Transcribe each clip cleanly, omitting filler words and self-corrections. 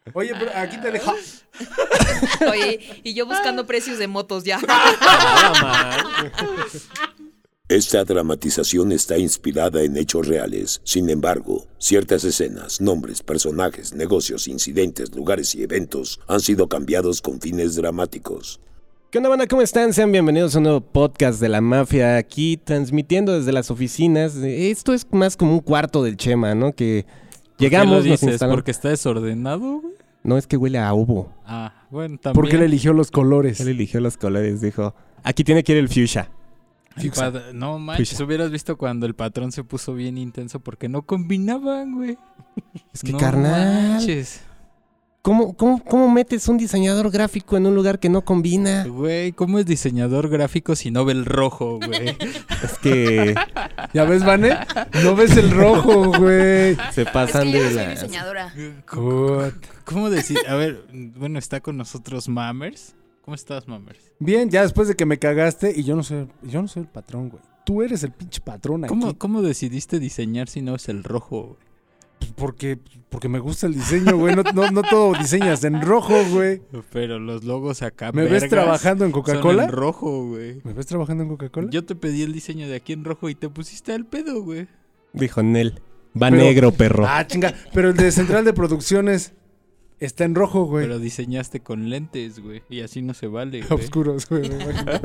Oye, pero aquí te dejo. Oye, y yo buscando precios de motos ya. Esta dramatización está inspirada en hechos reales. Sin embargo, ciertas escenas, nombres, personajes, negocios, incidentes, lugares y eventos han sido cambiados con fines dramáticos. ¿Qué onda, banda? ¿Cómo están? Sean bienvenidos a un nuevo podcast de La Mafia, aquí transmitiendo desde las oficinas. Esto es más como un cuarto del Chema, ¿no? Que llegamos, ¿Qué lo dices? nos instalamos. ¿Porque está desordenado, güey? No, es que huele a ovo. Ah, bueno, también. ¿Por qué le eligió los colores? Él eligió los colores, dijo, aquí tiene que ir el fuchsia. No manches, Fuchsia. hubieras visto cuando el patrón se puso bien intenso porque no combinaban, güey. Es que, no carnal, manches. ¿Cómo metes un diseñador gráfico en un lugar que no combina? Güey, ¿cómo es diseñador gráfico si no ve el rojo, güey? Es que ¿Ya ves, Vane? No ves el rojo, güey. se pasan Es que yo de no soy la... diseñadora. ¿Cómo decir? A ver, bueno, está con nosotros Mammers. ¿Cómo estás, Mammers? Bien, ya después de que me cagaste y yo no soy el patrón, güey. Tú eres el pinche patrón aquí. ¿Cómo decidiste diseñar si no es el rojo, güey? Porque me gusta el diseño, güey. No todo diseñas en rojo, güey. Pero los logos acá, ¿Me ves vergas, trabajando en son Coca-Cola? en rojo, güey. ¿Me ves trabajando en Coca-Cola? Yo te pedí el diseño de aquí en rojo y te pusiste al pedo, güey. Dijo Nel, va Pero- negro, perro. Ah, chinga. Pero el de Central de Producciones está en rojo, güey. Pero diseñaste con lentes, güey. Y así no se vale, güey. Oscuros, güey. me imagino.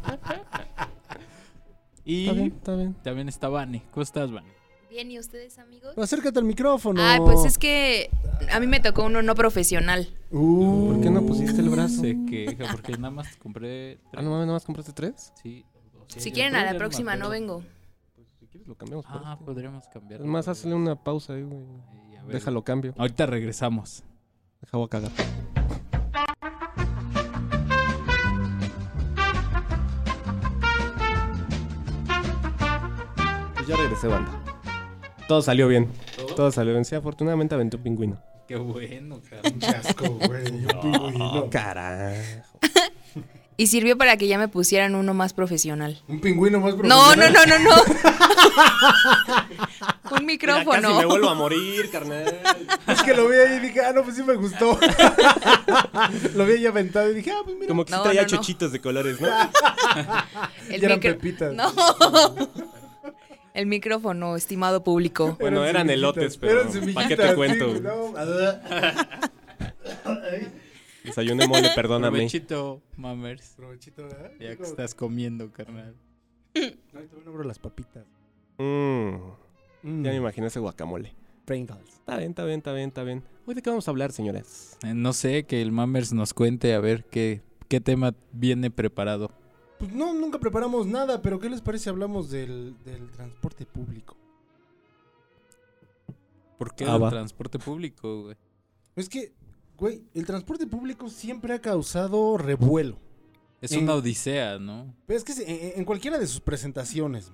Y Está bien. también está Vane. ¿Cómo estás, Vane? Bien, ¿y ustedes, amigos? Acércate al micrófono. Ay, pues es que a mí me tocó uno no profesional. ¿Por qué no pusiste el brazo? Se queja porque nada más compré Ah, no mames, ¿nada más compraste 3? Sí. Si quieren, a la próxima no vengo. Pues si quieres lo cambiamos. por Ah, este. podríamos cambiar. Es más, hazle una pausa ahí, güey. A ver, Déjalo cambio. Ahorita regresamos. Deja, voy a cagar. Pues ya regresé, banda. Todo salió bien. Todo salió bien. Sí, afortunadamente aventé un pingüino. Qué bueno, cabrón. Chasco, güey. Un pingüino. Carajo. Y sirvió para que ya me pusieran uno más profesional. Un pingüino más No. profesional. Un micrófono. Casi me vuelvo a morir, carnal. Es que lo vi ahí y dije, no, pues sí me gustó. Lo vi ahí aventado y dije, pues mira. Como que sí No, traía no, no. chochitos de colores, ¿no? El Ya eran micro- pepitas. No. El micrófono, estimado público. Bueno, eran elotes, pero Eran ¿para qué semillitas, te cuento? sí, no. Desayuné mole, perdóname. Provechito, Mammers. Provechito, ¿verdad? Ya que estás comiendo, carnal. Ay, también abro las papitas. Ya me imaginé ese guacamole. Pringles. Está bien. Hoy, ¿de qué vamos a hablar, señores? No sé, que el Mammers nos cuente a ver qué tema viene preparado. Pues no, nunca preparamos nada, pero ¿qué les parece si hablamos del transporte público? ¿Por qué Ah, el va. transporte público, güey? Es que, güey, el transporte público siempre ha causado revuelo. Es una odisea, ¿no? Pero es que en cualquiera de sus presentaciones,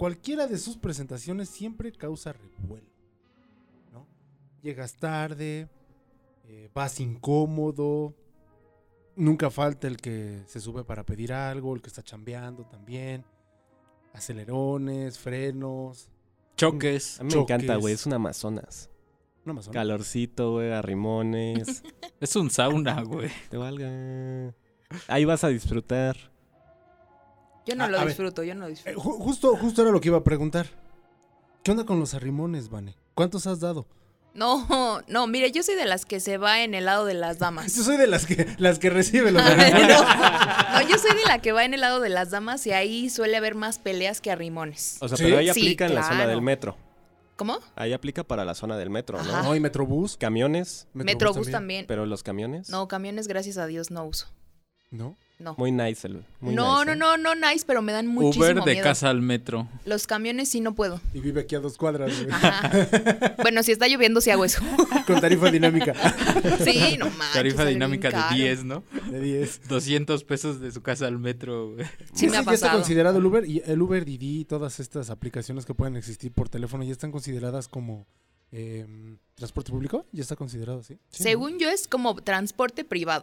siempre causa revuelo, ¿no? Llegas tarde, vas incómodo, nunca falta el que se sube para pedir algo, el que está chambeando también, acelerones, frenos, Choques. A mí me Choques. encanta, güey. Es un Amazonas. una Amazon. Calorcito, güey, arrimones. Es un sauna, güey. Te valga. Ahí vas a disfrutar. Yo no A lo ver. disfruto, yo no lo disfruto. Justo era lo que iba a preguntar. ¿Qué onda con los arrimones, Vane? ¿Cuántos has dado? No, mire, yo soy de las que se va en el lado de las damas. Yo soy de las que recibe los arrimones. No, yo soy de la que va en el lado de las damas y ahí suele haber más peleas que arrimones. O sea, ¿Sí? pero ahí Sí, aplica en la zona claro. del metro. ¿Cómo? Ahí aplica para la zona del metro, ¿no? Ajá. No, y Metrobús. Camiones, Metrobús también. pero los camiones. No, camiones, gracias a Dios, no uso. ¿No? No. Muy nice, muy No, nice, no, nice, pero me dan muchísimo Uber de miedo. casa al metro. Los camiones sí no puedo. Y vive aquí a 2 cuadras, güey. Ajá. Bueno, si está lloviendo, sí hago eso. Con tarifa dinámica Sí, no manches. Tarifa sale dinámica bien de caro. 10, ¿no? de 10. 200 pesos de su casa al metro, güey. Sí me ha Ya está pasado. considerado el Uber y el Uber Didi y todas estas aplicaciones que pueden existir por teléfono ya están consideradas como transporte público. Ya está considerado así. Sí, Según yo es como transporte privado.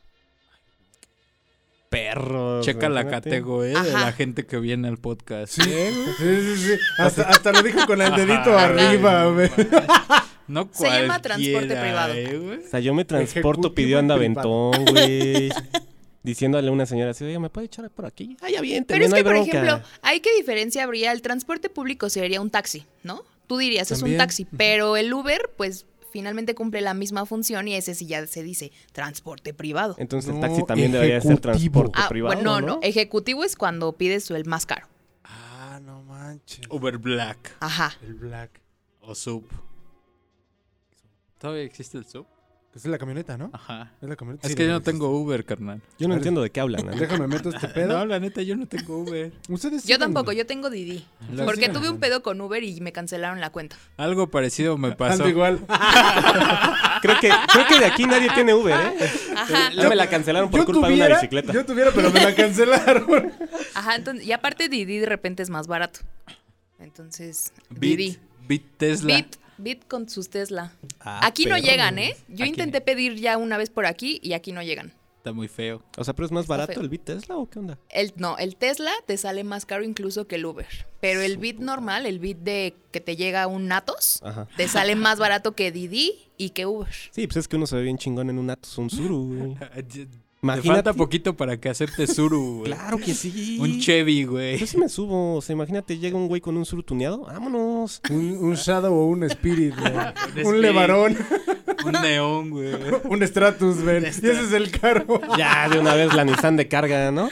Perros. Checa la imagínate. categoría de Ajá. la gente que viene al podcast. Sí, sí. Hasta lo dijo con el dedito Ajá. arriba, güey. No Se llama cualquiera, transporte privado. güey. O sea, yo me transporto Ejecutivo pidió y andaventón, güey. Diciéndole a una señora así, oye, ¿me puede echar por aquí? Ay, ya bien, Pero es no que, hay por bronca. ejemplo, ¿hay qué diferencia habría? El transporte público sería un taxi, ¿no? Tú dirías, es un También. taxi, pero el Uber, pues, finalmente cumple la misma función y ese sí ya se dice transporte privado. Entonces el No, taxi también debería ser ejecutivo. transporte privado, bueno, no. Ejecutivo es cuando pides el más caro. Ah, no manches. Uber Black Ajá. El Black. o Sub. ¿Todavía existe el Sub? Que es la camioneta, ¿no? Ajá. Es la camioneta. Es Sí, que yo la no existe. tengo Uber, carnal. Yo no entiendo de qué hablan. ¿no? Déjame meto este pedo. No, la neta, yo no tengo Uber. Ustedes Yo sigan- tampoco, yo tengo Didi. La- Porque sigan tuve un hablando. pedo con Uber y me cancelaron la cuenta. Algo parecido me pasó. Ando igual. Creo que de aquí nadie tiene Uber, ¿eh? Ajá. Ya me la cancelaron por culpa de una bicicleta. Yo tuviera, pero me la cancelaron. Ajá, entonces, y aparte Didi de repente es más barato. Entonces, Didi. Bit Tesla. Bit con sus Tesla. Ah, Aquí no perro. llegan, ¿eh? Yo Aquí. intenté pedir ya una vez por aquí y aquí no llegan. Está muy feo. O sea, ¿pero es más Está barato feo. el Bit Tesla o qué onda? El Tesla te sale más caro incluso que el Uber. Pero el Bit normal, el Bit de que te llega un Atos, Ajá. te sale más barato que Didi y que Uber. Sí, pues es que uno se ve bien chingón en un Atos, un Suru, güey. Te Imagínate. falta poquito para que acepte Suru, güey. Claro que sí. Un Chevy, güey. Yo sí me subo. O sea, imagínate, llega un güey con un Suru tuneado. ¡Vámonos! Un Shadow o un Spirit, güey. Un Spirit. Levarón. Un neón, güey. Un Stratus, ven. Y ese es el carro. Ya, de una vez la Nissan de carga, ¿no?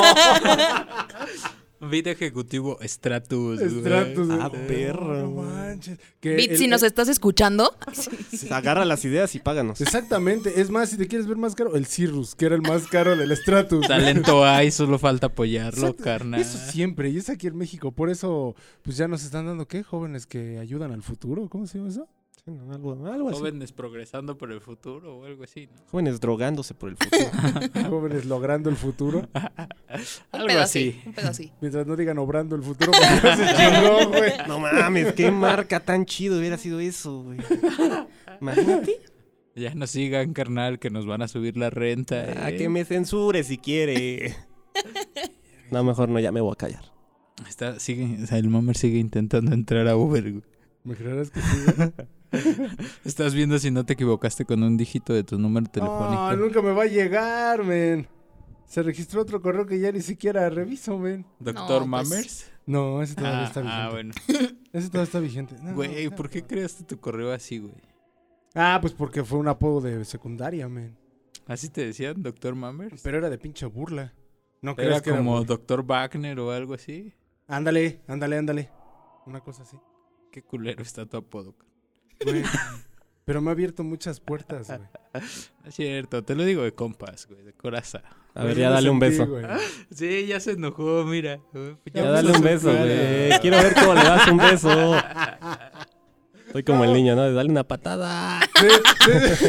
Bit ejecutivo Stratus, güey. Stratus. Ah, güey. perro. No manches. Que Bit, el- si nos estás escuchando, Agarra las ideas y páganos. Exactamente. Es más, si te quieres ver más caro, el Cirrus, que era el más caro del Stratus. Talento hay, solo falta apoyarlo, Exacto. carnal. Eso siempre, y es aquí en México. Por eso, pues ya nos están dando, ¿qué? Jóvenes que ayudan al futuro. ¿Cómo se llama eso? Sí, no, algo así. Jóvenes progresando por el futuro o algo así, ¿no? Jóvenes drogándose por el futuro. Jóvenes logrando el futuro. un Algo pedo así. así, un pedo así. Mientras no digan obrando el futuro, porque no se chingó, güey. No mames, qué marca tan chido hubiera sido eso, güey. Imagínate. Ya no sigan, carnal, que nos van a subir la renta. Que me censure si quiere. No, mejor no, ya me voy a callar. O sea, el Mamer sigue intentando entrar a Uber, güey. ¿Me creerás que sí, güey? Estás viendo si no te equivocaste con un dígito de tu número telefónico. No, nunca me va a llegar, men. Se registró otro correo que ya ni siquiera reviso, men. ¿Doctor No, pues, Mammers? No, ese todavía está vigente. bueno. Ese todavía está vigente. No, Güey, no, ¿por qué no. creaste tu correo así, güey? Ah, pues porque fue un apodo de secundaria, men. ¿Así te decían, Doctor Mammers? Pero era de pinche burla. No Era creas que como era... Doctor Wagner o algo así. Ándale. Una cosa así. Qué culero está tu apodo. Güey. Pero me ha abierto muchas puertas, güey. Es cierto, te lo digo de compas, güey, de coraza. A ver, Güey, ya yo lo dale un sentí, beso. güey. Sí, ya se enojó, mira. Ya dale un beso, güey. Quiero ver cómo le das un beso. Soy como el niño, ¿no? De dale una patada. Sí, sí.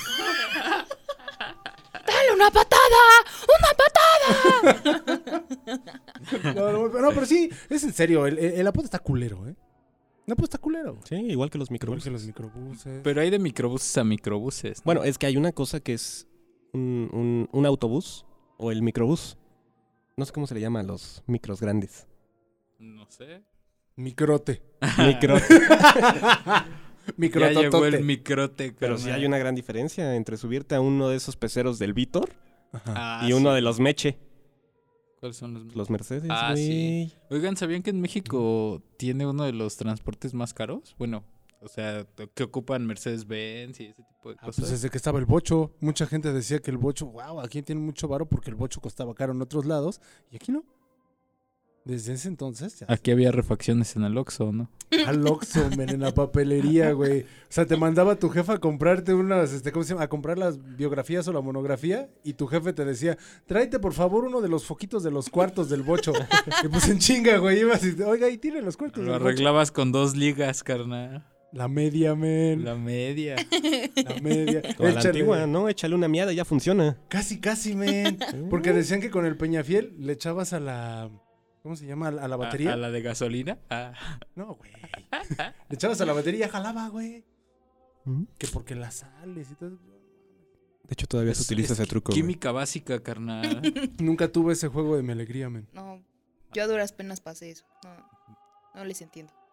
¡Dale una patada! ¡Una patada! No, pero sí, es en serio. El apodo está culero, ¿eh? El apodo está culero. Sí, igual que los Igual microbuses. que los microbuses. Pero hay de microbuses a microbuses, ¿no? Bueno, es que hay una cosa que es un autobús o el microbús. No sé cómo se le llama a los micros grandes. No sé. Microte. Micro. Ya Micrototote. llegó el microte, Pero sí hay una gran diferencia entre subirte a uno de esos peceros del Vítor Ajá. Ah, y uno sí. de los Meche. ¿Cuáles son los? Los Mercedes, Ah, güey. sí. Oigan, ¿sabían que en México tiene uno de los transportes más caros? Bueno, o sea, que ocupan Mercedes-Benz y ese tipo de Ah, cosas. pues desde que estaba el bocho, mucha gente decía que el bocho, wow, aquí tiene mucho varo porque el bocho costaba caro en otros lados y aquí no. Desde ese entonces, ya Aquí había refacciones en el Oxxo, ¿no? al Oxxo, men, en la papelería, güey. O sea, te mandaba tu jefa a comprarte unas, ¿cómo se llama? A comprar las biografías o la monografía y tu jefe te decía, tráete por favor uno de los foquitos de los cuartos del bocho. Y pues en chinga, güey, ibas y, oiga, ahí tiene los cuartos Lo del bocho. arreglabas con 2 ligas, carnal. La media, men. La media. La media. Como a la Échale. antigua, ¿no? Échale una miada y ya funciona. Casi, men. Porque decían que con el Peñafiel le echabas a la... ¿Cómo se llama? ¿A la batería? ¿A la de gasolina? Ah. No, güey. Le echabas a la batería, jalaba, güey. ¿Mm? Que porque las sales y todo. De hecho, todavía se utiliza ese truco. güey. Química básica, carnal. Nunca tuve ese juego de mi alegría, men. No, yo a duras penas pasé eso. No les entiendo.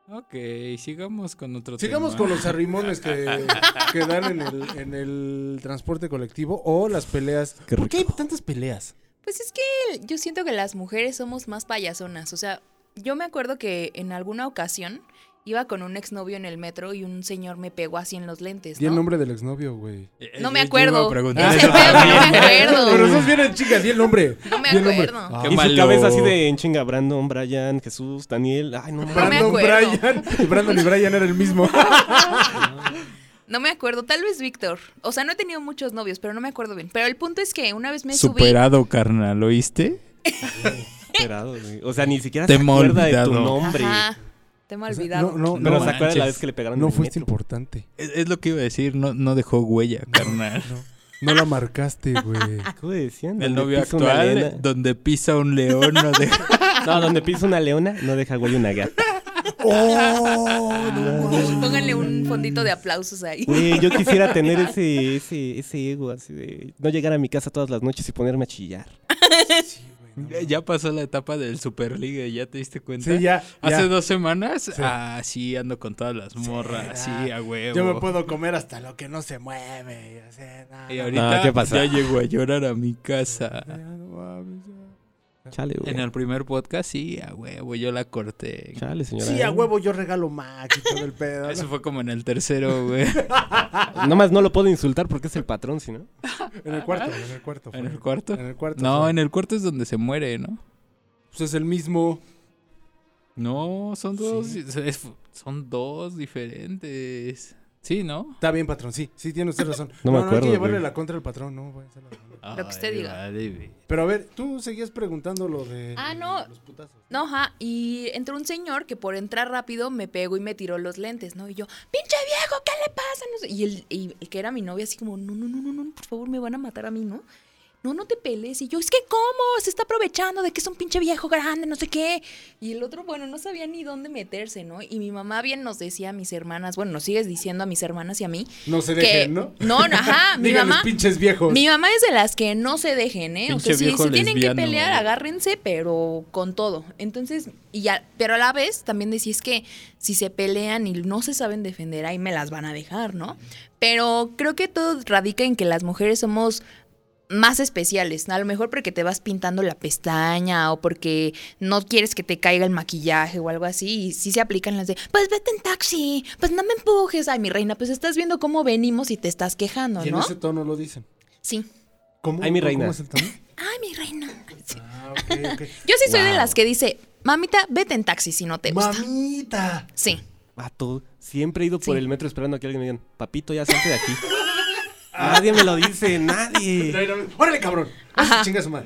Ok, sigamos con otro Sigamos tema. con los arrimones que dan en el transporte colectivo o las peleas. Qué ¿Por qué hay rico. tantas peleas? Pues es que yo siento que las mujeres somos más payasonas. O sea, yo me acuerdo que en alguna ocasión iba con un exnovio en el metro y un señor me pegó así en los lentes, Di el ¿no? nombre del exnovio, güey. No me Yo iba a acuerdo. preguntar Ese eso pedo no también. me acuerdo. Pero nosotros vienen chicas, di el nombre. No me Di el nombre. acuerdo. Qué Y su malo. cabeza así de en chinga, Brandon, Brian, Jesús, Daniel. Ay, no me mames. Brandon, acuerdo. Brian. Y Brandon y Brian era el mismo. No me acuerdo, tal vez Víctor. O sea, no he tenido muchos novios, pero no me acuerdo bien. Pero el punto es que una vez me subí. Superado, carnal, ¿oíste? Esperado, güey. O sea, ni siquiera Te se hemos acuerda de tu olvidado. nombre. Ajá, te me ha olvidado. No, Pero No se acuerda de la manches. vez que le pegaron no en el fuiste metro. importante. Es lo que iba a decir, no dejó huella, carnal. No la marcaste, güey. ¿Cómo decían? El Donde novio pisa una actual, leona- donde pisa un león, no deja... No, donde pisa una leona, no deja güey una gata. ¡Oh! No mames. Pónganle un fondito de aplausos ahí. Güey, yo quisiera tener ese ego así de no llegar a mi casa todas las noches y ponerme a chillar. Ya pasó la etapa del Superliga, ¿ya te diste cuenta? Sí, ya. Hace ya. 2 semanas, sí, ando con todas las morras, sí, a huevo. Yo me puedo comer hasta lo que no se mueve. Y, así, nada. Y ahorita ¿qué pasa? ya llego a llorar a mi casa. Ya, no mames, ya. Chale, güey. En el primer podcast, sí, a huevo, yo la corté. Chale, señora. Sí, a huevo yo regalo Mac y todo el pedo. Eso ¿no? fue como en el tercero, güey. Nomás no lo puedo insultar porque es el patrón, ¿sí, no? En el cuarto, en el cuarto. ¿En fue. el cuarto? En el cuarto. No, fue. en el cuarto es donde se muere, ¿no? Pues es el mismo. No, son dos, son dos diferentes. Sí, ¿no? Está bien, patrón, sí, tienes usted razón. No me Hay acuerdo, que llevarle güey. la contra al patrón, no, voy a hacer la- Lo que usted diga. Vale, güey. Pero a ver, tú seguías preguntando lo de No. los putazos. No, ajá, y entró un señor que por entrar rápido me pegó y me tiró los lentes, ¿no? Y yo, pinche viejo, ¿qué le pasa? No sé. Y el que era mi novia así como, no, por favor, me van a matar a mí, ¿no? No te pelees. Y yo, es que ¿cómo? Se está aprovechando de que es un pinche viejo grande, no sé qué. Y el otro, bueno, no sabía ni dónde meterse, ¿no? Y mi mamá bien nos decía a mis hermanas, bueno, nos sigues diciendo a mis hermanas y a mí. No se que, dejen, ¿no? No, ajá, mi Díganles, mamá... pinches viejos. Mi mamá es de las que no se dejen, ¿eh? O Pinche sea, si viejo tienen que lesbiano. pelear, agárrense, pero con todo. Entonces, y ya, pero a la vez también decía, es que si se pelean y no se saben defender, ahí me las van a dejar, ¿no? Pero creo que todo radica en que las mujeres somos más especiales, ¿no? A lo mejor porque te vas pintando la pestaña o porque no quieres que te caiga el maquillaje o algo así, y sí se aplican las de, pues vete en taxi, pues no me empujes, ay mi reina, pues estás viendo cómo venimos y te estás quejando, Y en ¿no? ese tono lo dicen. Sí. ¿Cómo? Ay, mi ¿Cómo reina. es el tono? Ay, mi reina. Sí. Ah, ok. Yo sí soy de Wow. las que dice, mamita, vete en taxi si no te gusta. ¡Mamita! Sí. Vato, siempre he ido por Sí. el metro esperando a que alguien me diga, papito, ya salte de aquí. Nadie me lo dice, nadie. ¡Órale, cabrón! Ajá. Chinga su madre.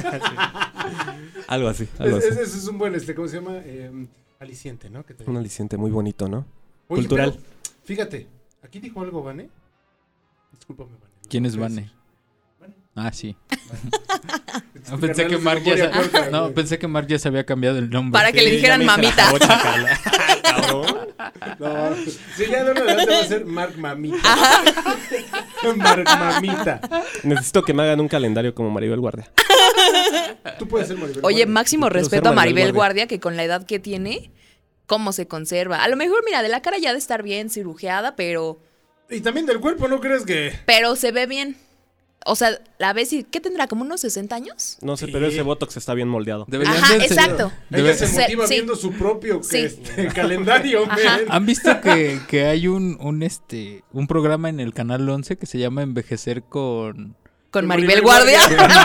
Algo así, algo Ese así. es un buen, ¿cómo se llama? Aliciente, ¿no? Que te- Un aliciente muy bonito, ¿no? Oye, cultural. pero, fíjate, aquí dijo algo, Vane. Discúlpame, Vane. lo ¿Quién es tengo que Vane? decir. Ah, sí. Este No, pensé carnal que es de Mark ya memoria corta, no, güey. pensé que Mark ya se había cambiado el nombre. Para que le Sí, dijeran ya me hice la mamita. jabocha, Carla. Cabrón. No, sí, ya de en adelante va a ser Mark Mamita. Mark Mamita. Necesito que me hagan un calendario como Maribel Guardia. Tú puedes ser Maribel. Oye, Guardia. máximo Yo quiero respeto ser a Maribel Maribel Guardia. Guardia, que con la edad que tiene, cómo se conserva. A lo mejor, mira, de la cara ya de estar bien cirujeada, pero Y también del cuerpo, ¿no crees que...? se ve bien. O sea, la ves y, ¿qué tendrá? ¿Como unos 60 años? No sé, Sí. pero ese Botox está bien moldeado. Deberían Ajá, de enseñar- exacto. Ella se Se- motiva sí. viendo su propio Sí. calendario, Ajá. man. ¿Han visto que hay un programa en el canal 11 que se llama Envejecer con Con Maribel Maribel Guardia.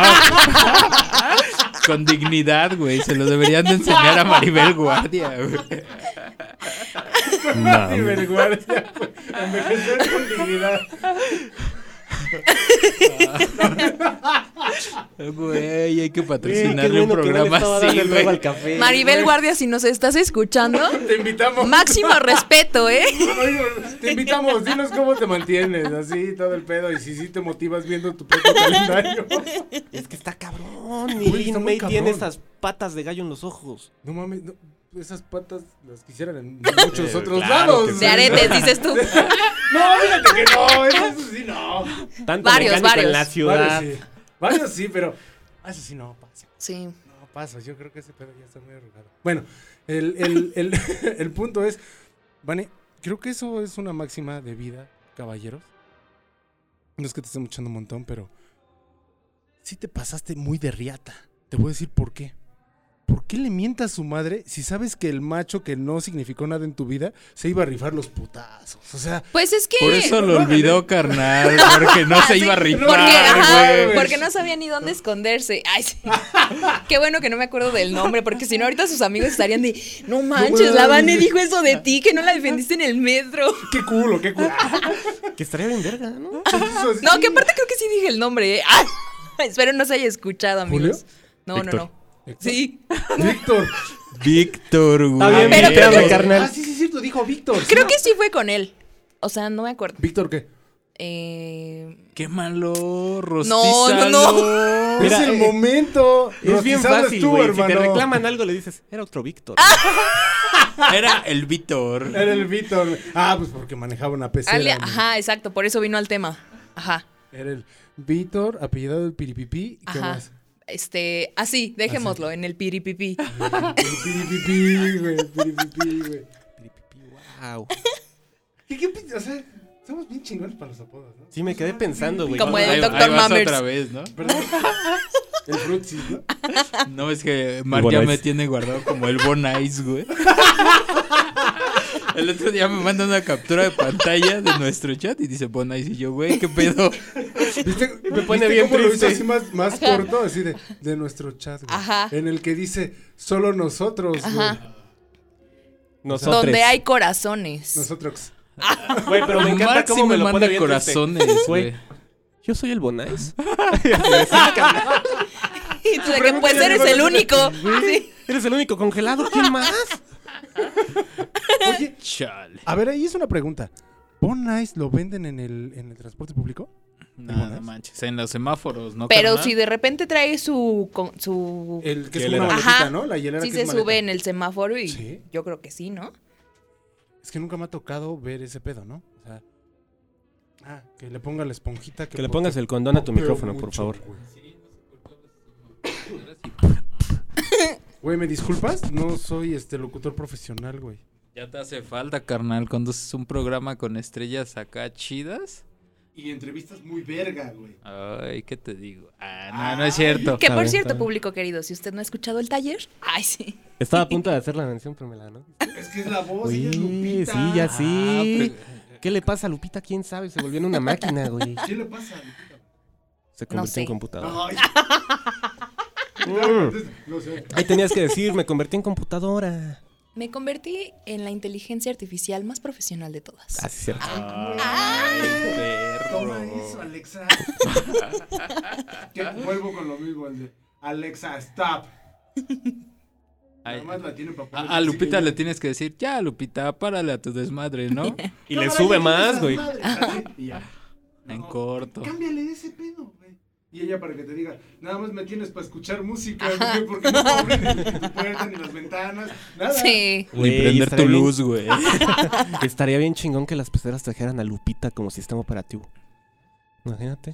con dignidad, güey? Se lo deberían de enseñar a Maribel Guardia, güey. Maribel Guardia. Envejecer con dignidad. Güey, hay que Qué patrocinarle un bueno que no le programa estaba así, dando el trago güey. al café. Maribel Guardia, si nos estás escuchando, Te invitamos. máximo respeto, ¿eh? Oye, te invitamos, dinos cómo te mantienes, así, todo el pedo, y si sí te motivas viendo tu propio calendario. Es que está cabrón. Uy, Ni está Lin muy May tiene cabrón. esas patas de gallo en los ojos. No mames, no, esas patas las quisieran en muchos otros claro lados. que sí. De aretes, dices tú. No, fíjate que no, eso sí no. Tanto Varios, mecánico en varios. la ciudad. Varios sí, pero eso sí no pasa. Sí. No paso. Yo creo que ese pedo ya está muy arrugado. Bueno, el punto es, Vane, creo que eso es una máxima de vida, caballeros. No es que te esté echando un montón, pero sí te pasaste muy de riata. Te voy a decir por qué. ¿Por qué le mientas a su madre si sabes que el macho que no significó nada en tu vida se iba a rifar los putazos? O sea, Pues es que... Por eso lo olvidó, carnal. Porque no se iba a rifar, güey. Porque no sabía ni dónde esconderse. Ay, sí. Qué bueno que no me acuerdo del nombre, porque si no ahorita sus amigos estarían de, no manches, la Vane dijo eso de ti, que no la defendiste en el metro. qué culo, qué culo. Que estaría bien verga, ¿no? No, que aparte creo que sí dije el nombre. Espero no se haya escuchado, amigos. ¿Julio? No. Sí. Víctor, güey. Está bien, Pero creo que- carnal. Sí, es cierto, dijo Víctor. Creo que sí fue con él. O sea, no me acuerdo. ¿Víctor qué? Qué malo, No. rostízalo. Mira, es el momento. Es bien Rostizado fácil, tú, güey. Si te hermano. reclaman algo, le dices, era otro Víctor. Era el Víctor. Era el Víctor. Pues porque manejaba una pecera. ¿no? Ajá, exacto, por eso vino al tema. Ajá. Era el Víctor, apellidado del Piripipí. ¿Qué Ajá. más? Así, dejémoslo en el piripipí. El Piripipí, güey. El Piripipí, güey. Wow. O sea, somos bien chingones para los apodos, ¿no? Sí, me quedé pensando, güey. Como el Ahí Dr. vas Mammers. otra vez, ¿no? Perdón. El Fruxis, ¿no? No, es que Mar Bon ya Ice. me tiene guardado como el Bon Ice, güey. El otro día me manda una captura de pantalla de nuestro chat y dice Bon Ice y yo, güey, ¿qué pedo? ¿Viste? Me pone ¿Viste bien cómo lo hizo triste. así más corto? Así de nuestro chat, güey. Ajá. En el que dice, solo nosotros, güey. Ajá. Nosotros. Donde hay corazones. Nosotros. Güey, pero me encanta Mark cómo sí me lo manda pone bien corazones, triste. güey. Yo soy el Bonais. Y tú de que pues eres el único. Sí. Eres el único congelado. ¿Quién más? Oye, Chale. a ver, ahí es una pregunta. ¿Bon Ice lo venden en el transporte público? Nada manches. En los semáforos, ¿no? Pero carnal? si de repente trae su El que es Hielera. una maletita, Ajá. ¿no? La hielera sí que se es maleta. sube en el semáforo y ¿Sí? yo creo que sí, ¿no? Es que nunca me ha tocado ver ese pedo, ¿no? O sea, que le ponga la esponjita. Que le pongas el condón a tu popeo micrófono, por mucho, favor. güey. Güey, ¿me disculpas? No soy locutor profesional, güey. Ya te hace falta, carnal. Conduces un programa con estrellas acá chidas. Y entrevistas muy verga, güey. Ay, ¿qué te digo? No es cierto. Que Está por bien, cierto, está bien. público querido, si usted no ha escuchado el taller, ay sí. Estaba a punto de hacer la mención, pero me la no. Es que es la voz, Oye, ella es Lupita. sí, ya sí. pero- ¿Qué le pasa a Lupita? ¿Quién sabe? Se volvió en una máquina, güey. ¿Qué le pasa a Lupita? Se convirtió sé. en computadora. Ay. No sé. Ahí tenías que decir, me convertí en computadora. Me convertí en la inteligencia artificial más profesional de todas. Ah, sí, cierto. Ay, perro. Toma eso, Alexa. Que vuelvo con lo mismo, el de Alexa, stop. Ay, Nada más la tiene para poner a Lupita así le que- tienes que decir, ya, Lupita, párale a tu desmadre, ¿no? Y No, le para sube ella más, esas güey. madres, así, y ya. En No, corto. Cámbiale de ese pedo, güey. Y ella para que te diga, nada más me tienes para escuchar música, güey, porque no puedo abrir ni tu puerta ni las ventanas, nada. Sí. Ni Güey, prender estaría tu bien- luz, güey. Estaría bien chingón que las peceras trajeran a Lupita como sistema operativo. Imagínate.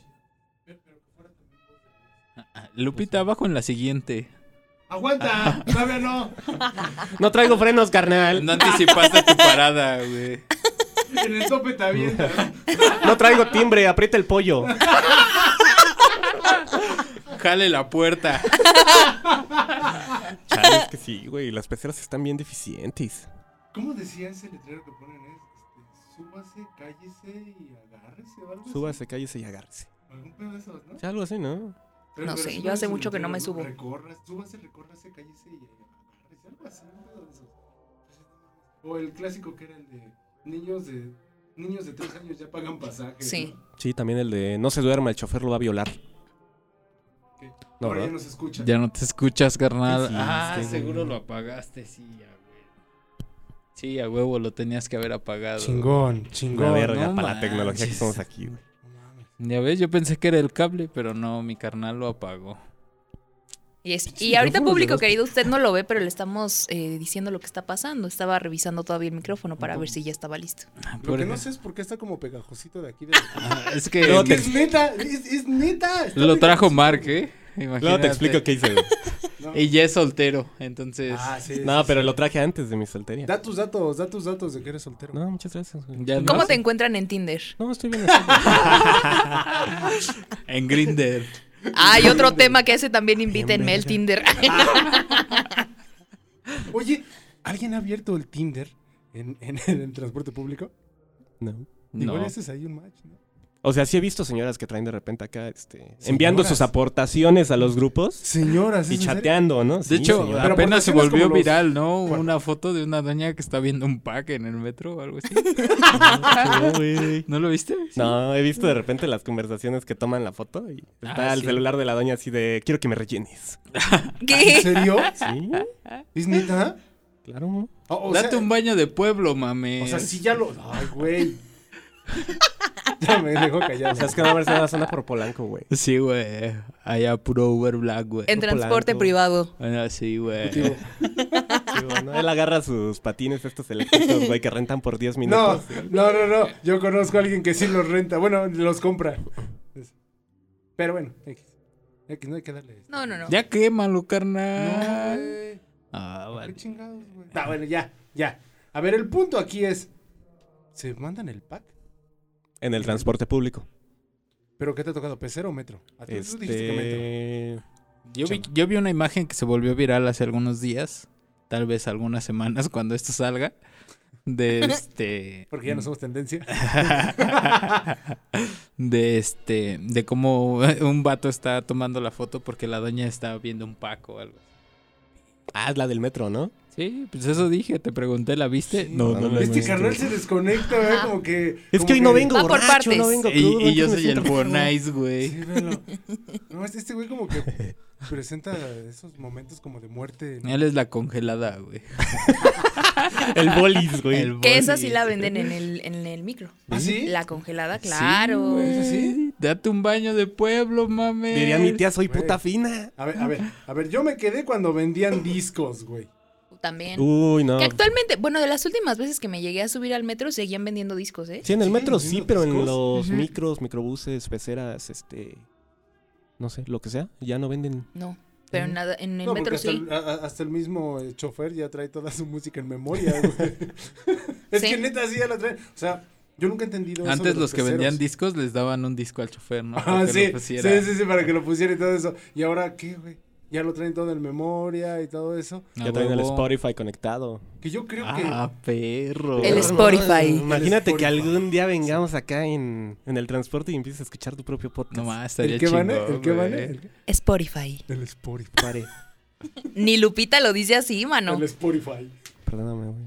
Lupita, abajo en la siguiente. Aguanta, todavía no. No traigo frenos, carnal. No anticipaste tu parada, güey. En el tope te avientas. No traigo timbre, aprieta el pollo. Jale la puerta. Chale, es que sí, güey. Las peceras están bien deficientes. ¿Cómo decía ese letrero que ponen? Súbase, cállese y agárrese o algo así. Súbase, cállese y agárrese. Algún pedo de esos, ¿no? Sí, algo así, ¿no? No sé, yo súbase hace el mucho que no me letrero, subo. Recorras, súbase, recórrase, cállese y agárrese. Algo así, un pedo de esos. O el clásico que era el de niños de 3 años ya pagan pasaje. Sí. Sí, también el de no se duerma, el chofer lo va a violar. ¿Qué? No, Ahora ya ¿verdad? no se escucha. Ya no te escuchas, carnal. Sí, Ah, sí, seguro güey. lo apagaste, sí, a huevo. Sí, a huevo lo tenías que haber apagado. Chingón, chingón. Una verga no para la tecnología que manches. somos aquí, güey. No mames. Ya ves, yo pensé que era el cable, pero no, mi carnal lo apagó. Y Sí, ahorita, micrófonos de público dos- querido, usted no lo ve, pero le estamos diciendo lo que está pasando. Estaba revisando todavía el micrófono para ver si ya estaba listo. Lo Por que no ej- sé es por qué está como pegajosito de aquí. Es que Es neta, es neta. está lo trajo pegajosito, Mark, güey. ¿eh? Imagínate. Luego te explico qué hice, güey. No. Y ya es soltero, entonces... Sí. No, sí, pero sí. lo traje antes de mi soltería. Da tus datos de que eres soltero. No, muchas gracias, güey. Ya no. ¿Cómo te encuentran en Tinder? No, estoy bien así. En Grindr. Hay otro tema que ese también invítenme, el Tinder. Oye, ¿alguien ha abierto el Tinder en el transporte público? No. Igual No. haces ahí un match, ¿no? O sea, sí he visto señoras que traen de repente acá, enviando Señoras. sus aportaciones a los grupos Señoras, y ¿es en serio? chateando, ¿no? De Sí, hecho, señora. Pero apenas se aportaciones volvió como los- viral, ¿no? ¿Cuál? Una foto de una doña que está viendo un pack en el metro o algo así. No, güey. ¿No lo viste? No, he visto de repente las conversaciones que toman la foto y está el sí. celular de la doña así de, quiero que me rellenes. ¿En ¿Qué? serio? Sí, ¿Es neta? claro. Date sea, un baño de pueblo, mames. O sea, sí ya lo... Ay, güey. Ya me dejó callado. O sea, es que no va a ser una zona por Polanco, güey. Sí, güey. Allá puro Uber Black, güey. En transporte Polanco. privado. Ah, sí, güey. Digo, Sí, bueno, él agarra sus patines estos eléctricos, güey, que rentan por 10 no, minutos. no. Yo conozco a alguien que sí los renta. Bueno, los compra. Pero bueno, X, no hay que darle esto. No. Ya quémalo, No, carnal. güey. Ah, ¿Qué vale. chingados, güey? Ah, bueno, ya. A ver, el punto aquí es... ¿Se mandan el pack? En el transporte público. ¿Pero qué te ha tocado? ¿Pecero o metro? Ah, tú dijiste que metro. Yo vi una imagen que se volvió viral hace algunos días, tal vez algunas semanas cuando esto salga, de Porque ya no somos tendencia. de cómo un vato está tomando la foto porque la doña está viendo un pack o algo. Ah, es la del metro, ¿no? Sí, pues eso dije, te pregunté, ¿la viste? Sí. No la he Este visto. carnal se desconecta, ¿verdad? Ajá. Como que... Es como que hoy no vengo Va por borracho, partes. no vengo Y, crudo. y yo entonces soy me el siento raro. Bonais, güey. Sí, velo. No, este güey como que presenta esos momentos como de muerte. ¿no? Él es la congelada, güey. El bolis, güey. El Que esa bolis. sí la venden en el micro. ¿Ah, sí? La congelada, claro. güey. ¿Es así? Date un baño de pueblo, mames. Diría mi tía, soy Güey. puta fina. A ver, yo me quedé cuando vendían discos, güey. También. Uy, no. Que actualmente, bueno, de las últimas veces que me llegué a subir al metro, seguían vendiendo discos, ¿eh? Sí, en el Sí, metro ¿sí, sí, los pero en discos? los Ujú. micros, microbuses, peceras, no sé, lo que sea, ya no venden. No, pero nada, en el No, metro porque sí. hasta el mismo chofer ya trae toda su música en memoria, güey. Es Sí. que neta sí ya la trae. O sea, yo nunca he entendido eso Antes de los que peceros. vendían discos les daban un disco al chofer, ¿no? Ah, Para que sí, lo pusiera. sí, para que lo pusiera y todo eso. ¿Y ahora qué, güey? Ya lo traen todo en memoria y todo eso. A Ya traen el huevo. Spotify conectado. Que yo creo Ah, perro. El Spotify. Imagínate El que Spotify. algún día vengamos acá en el transporte y empieces a escuchar tu propio podcast. No más, que... estaría ¿El qué chingón, vale? ¿El qué güey. vale? Spotify. El Spotify. Pare. Ni Lupita lo dice así, mano. El Spotify. Perdóname, güey.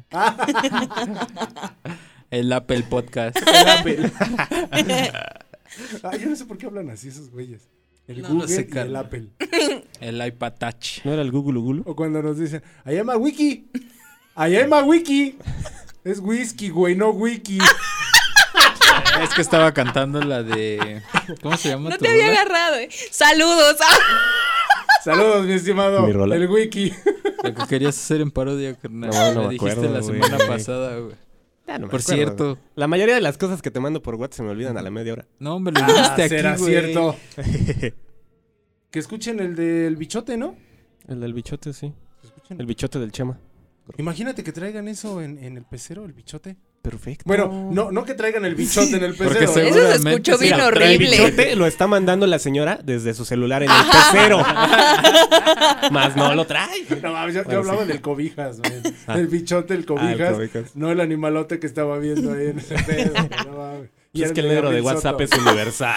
El Apple Podcast. El Apple. Yo no sé por qué hablan así esos güeyes. El No, Google no sé, y el carnal. Apple. El iPad Touch. ¿No era el Google Gulu? O cuando nos dicen, I am a wiki. I am a wiki. Es whisky, güey, no wiki. Es que estaba cantando la de... ¿Cómo se llama No tu te había rola? agarrado, ¿eh? Saludos. Saludos, mi estimado. Mi rola. El wiki. Lo que querías hacer en parodia, carnal. No Me me dijiste acuerdo, la güey. semana pasada, güey. Ya no me Por acuerdo. cierto. La mayoría de las cosas que te mando por WhatsApp se me olvidan a la media hora. No, me lo dijiste aquí, será güey. cierto. Que escuchen el del bichote, ¿no? El del bichote, sí. Que escuchen. El bichote del Chema. Imagínate que traigan eso en el pecero, el bichote. Perfecto. Bueno, no que traigan el bichote en el Porque pecero. seguro- Eso se Seguramente escuchó sí. bien Mira, el horrible. bichote lo está mandando la señora desde su celular en el pecero. Más no lo trae. No mames, yo Bueno, hablaba sí. del cobijas, güey. Ah. El bichote, el cobijas. cobijas. No el animalote que estaba viendo ahí en ese pedo. No mames. Y Es era que el negro de Gabriel WhatsApp Soto. es universal.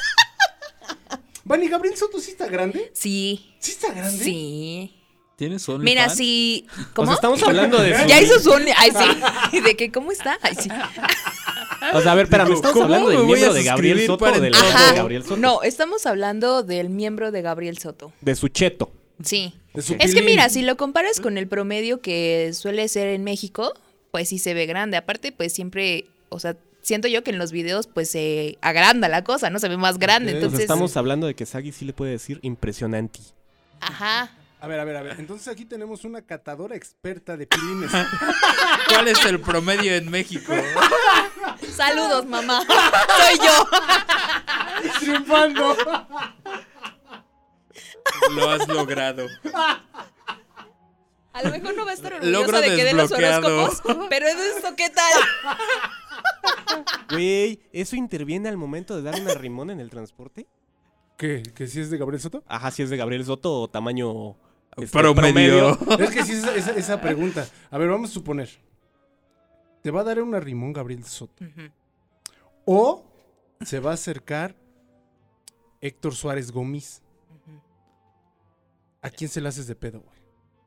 Vani, ¿Gabriel Soto sí está grande? Sí. ¿Sí está grande? Sí. ¿Tienes OnlyFans? Mira, sí. O ¿Cómo? sea, estamos hablando de su... Ya hizo su... Ay, sí. ¿De qué? ¿Cómo está? Ay, sí. O sea, a ver, espérame, estamos ¿Cómo hablando del me voy a miembro de Gabriel suscribir Soto para o del entrar? otro de Ajá. Gabriel Soto. No, estamos hablando del miembro de Gabriel Soto. De su cheto. Sí. De su Es que pilín. mira, si lo comparas con el promedio que suele ser en México, pues sí se ve grande. Aparte, pues siempre, o sea, siento yo que en los videos pues se agranda la cosa, ¿no? Se ve más grande. Ok. Entonces Entonces, estamos hablando de que Sagi sí le puede decir impresionante. ajá. A ver. Entonces aquí tenemos una catadora experta de pilines. ¿Cuál es el promedio en México? Saludos, mamá. Soy yo. Triunfando. Lo has logrado. A lo mejor no va a estar orgulloso Logro de que dé los desbloqueado. horóscopos, pero eso, ¿qué tal? Güey, ¿eso interviene al momento de dar una rimón en el transporte? ¿Qué? ¿Que sí es de Gabriel Soto? Ajá, si es de Gabriel Soto o tamaño Promedio. Es que sí, esa pregunta. A ver, vamos a suponer. Te va a dar una rimón Gabriel Soto. Ujú. O se va a acercar Héctor Suárez Gómez. Ujú. ¿A quién se le haces de pedo, güey?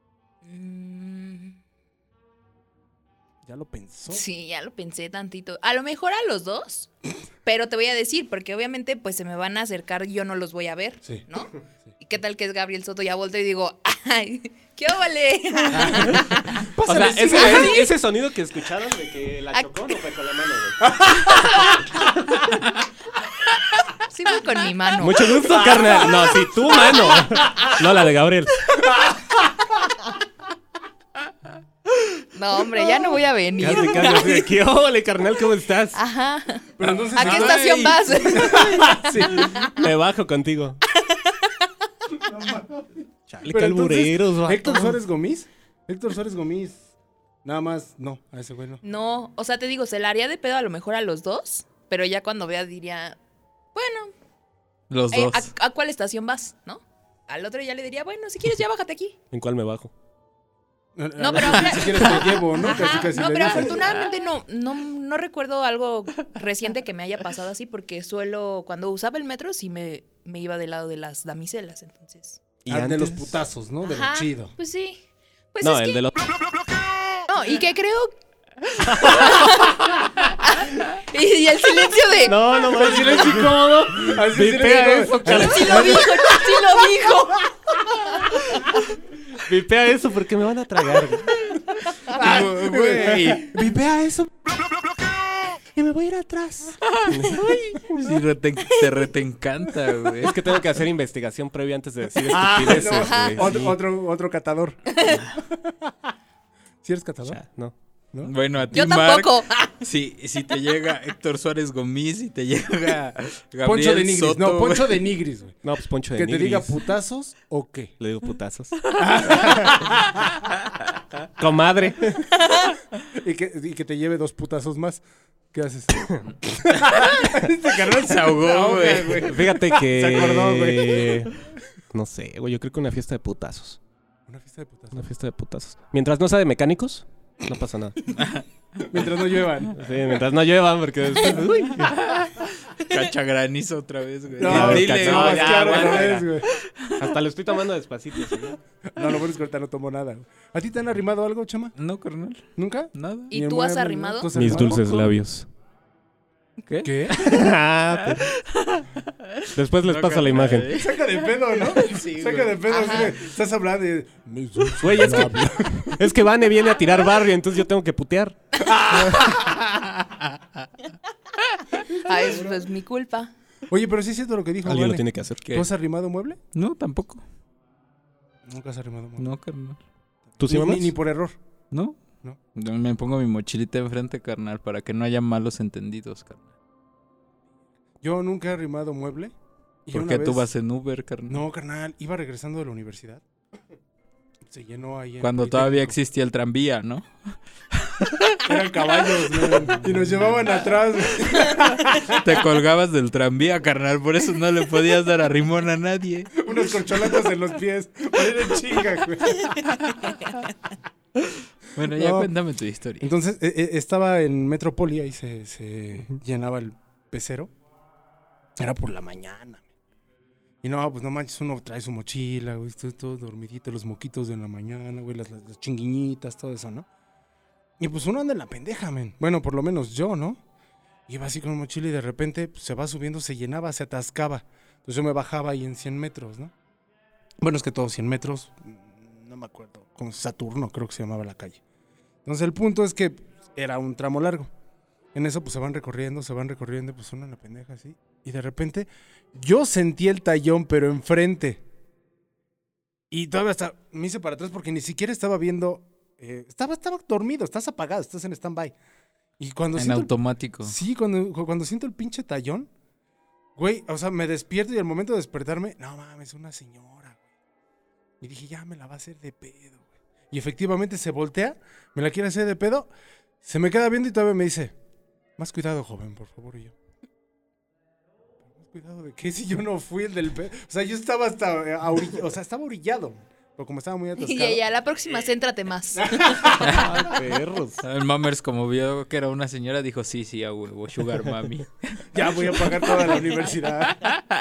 Ya lo pensó. Sí, ya lo pensé tantito. A lo mejor a los dos, pero te voy a decir, porque obviamente pues se me van a acercar y yo no los voy a ver, Sí. ¿no? ¿Y qué tal que es Gabriel Soto? Ya volteo y digo, ¡ay! ¡Qué óvale! O sea, Pásale, sí, ese sonido que escucharon de que la chocó no fue con la mano, güey. Sí fue con mi mano. Mucho gusto, carnal. No, sí, tu mano. No la de Gabriel. No, hombre, ya no voy a venir. Casi. ¿Qué ole, carnal? ¿Cómo estás? Ajá. Pero entonces, ¿A qué Ay. estación vas? Sí, me bajo contigo. Chale, pero entonces, calbureros, vato. Héctor Suárez Gómez. Héctor Suárez Gómez. Nada más, no, a ese güey no. No, o sea, te digo, se la haría de pedo a lo mejor a los dos, pero ya cuando vea diría, bueno, Los dos. ¿a cuál estación vas? ¿No? Al otro ya le diría, bueno, si quieres ya bájate aquí. ¿En cuál me bajo? No, pero Si quieres te llevo, ¿no? Casi No, le pero dices. afortunadamente no recuerdo algo reciente que me haya pasado así, porque cuando usaba el metro, sí me iba del lado de las damiselas, entonces. ¿Y De antes? los putazos, ¿no? De lo Ajá, chido. pues sí. Pues No, es el que, de los... no, y que creo... y el silencio de... No, no, Así silencio incómodo. Así Vipea silencio eso, incómodo. Sí lo dijo, sí lo dijo. Vipea eso porque me van a tragar. Güey. Vipea eso. Y me voy a ir atrás. Sí, te encanta, güey. Es que tengo que hacer investigación previa antes de decir Ah, estupideces, no. güey. Sí. Otro catador. ¿Sí eres catador? Ya, no. Bueno, a ti, Yo Mark, tampoco. si te llega Héctor Suárez Gómez, si te llega Gabriel Poncho de Nigris. Soto, No, Poncho güey. de Nigris, güey. No, pues Poncho de Que te Nigris. diga putazos o qué. Le digo putazos. Comadre. Y que te lleve 2 putazos más. ¿Qué haces? Este carnal Se ahogó, güey. Fíjate que... Se acordó, güey. No sé, güey. Yo creo que una fiesta de putazos. Una fiesta de putazos. Una fiesta de putazos. Mientras no sea de mecánicos, no pasa nada. Mientras no lluevan. Sí, mientras no lluevan, porque después... Uy. Cacha granizo otra vez, güey. No, Dile, no, no, es ya, que ahora bueno, otra ya. vez, güey. Hasta lo estoy tomando despacito. ¿Sí? No, lo bueno es que ahorita no tomo nada. Güey. ¿A ti te han arrimado algo, chama? No, carnal, ¿Nunca? nada. ¿Y Ni tú has muebles, ¿no? arrimado? ¿Tú has Mis arrimado? dulces labios. ¿Qué? ¿Qué? Después les No, paso la carnal, imagen. Saca de pedo, ¿no? Sí, Saca güey. de pedo. Así Ajá. de, estás hablando de... Mis dulces Güey, es que, labios. es que Vane viene a tirar barrio, entonces yo tengo que putear. Ah, es mi culpa. Oye, pero sí es cierto lo que dijo Alguien lo Vane. tiene que hacer. ¿Tú has arrimado mueble? No, tampoco. Nunca has arrimado mueble. No, carnal. ¿Tú sí, Ni, mamás? ni por error. ¿No? No. Me pongo mi mochilita enfrente, carnal, para que no haya malos entendidos, carnal. Yo nunca he arrimado mueble. Y ¿Por una qué tú vez- vas en Uber, carnal? No, carnal. Iba regresando de la universidad. Se llenó ahí en Cuando todavía Politécnico. existía el tranvía, ¿no? Eran caballos, man. Y nos llevaban atrás, güey. Te colgabas del tranvía, carnal, por eso no le podías dar a rimón a nadie. Unos corcholatas en los pies. Para ir en chinga, güey. Bueno, ya No. cuéntame tu historia. Entonces, estaba en Metropoli, ahí se llenaba el pecero. Era por la mañana. Y no, pues no manches, uno trae su mochila, güey, todo dormidito, los moquitos de la mañana, güey, las chinguiñitas, todo eso, ¿no? Y pues uno anda en la pendeja, men. Bueno, por lo menos yo, ¿no? Iba así con mochila y de repente pues, se va subiendo, se llenaba, se atascaba. Entonces yo me bajaba ahí en 100 metros, ¿no? Bueno, es que todos 100 metros, no me acuerdo, como Saturno creo que se llamaba la calle. Entonces el punto es que era un tramo largo. En eso pues se van recorriendo, pues uno en la pendeja así. Y de repente yo sentí el tallón, pero enfrente. Y todavía hasta me hice para atrás porque ni siquiera estaba viendo. Estaba dormido, estás apagado, estás en stand-by. Y cuando En siento automático. Sí, cuando siento el pinche tallón, güey, o sea, me despierto y al momento de despertarme, no mames, una señora, güey. Y dije, ya me la va a hacer de pedo, güey. Y efectivamente se voltea, me la quiere hacer de pedo, se me queda viendo y todavía me dice, más cuidado, joven, por favor. Y yo, ¿más cuidado de qué? Si yo no fui el del pedo. O sea, yo estaba estaba orillado. Pero como estaba muy atascado. Y ya, la próxima, céntrate más. Ay, perros. El Mammers, como vio que era una señora, dijo, sí, a huevo, sugar mami. Ya voy a pagar toda la universidad.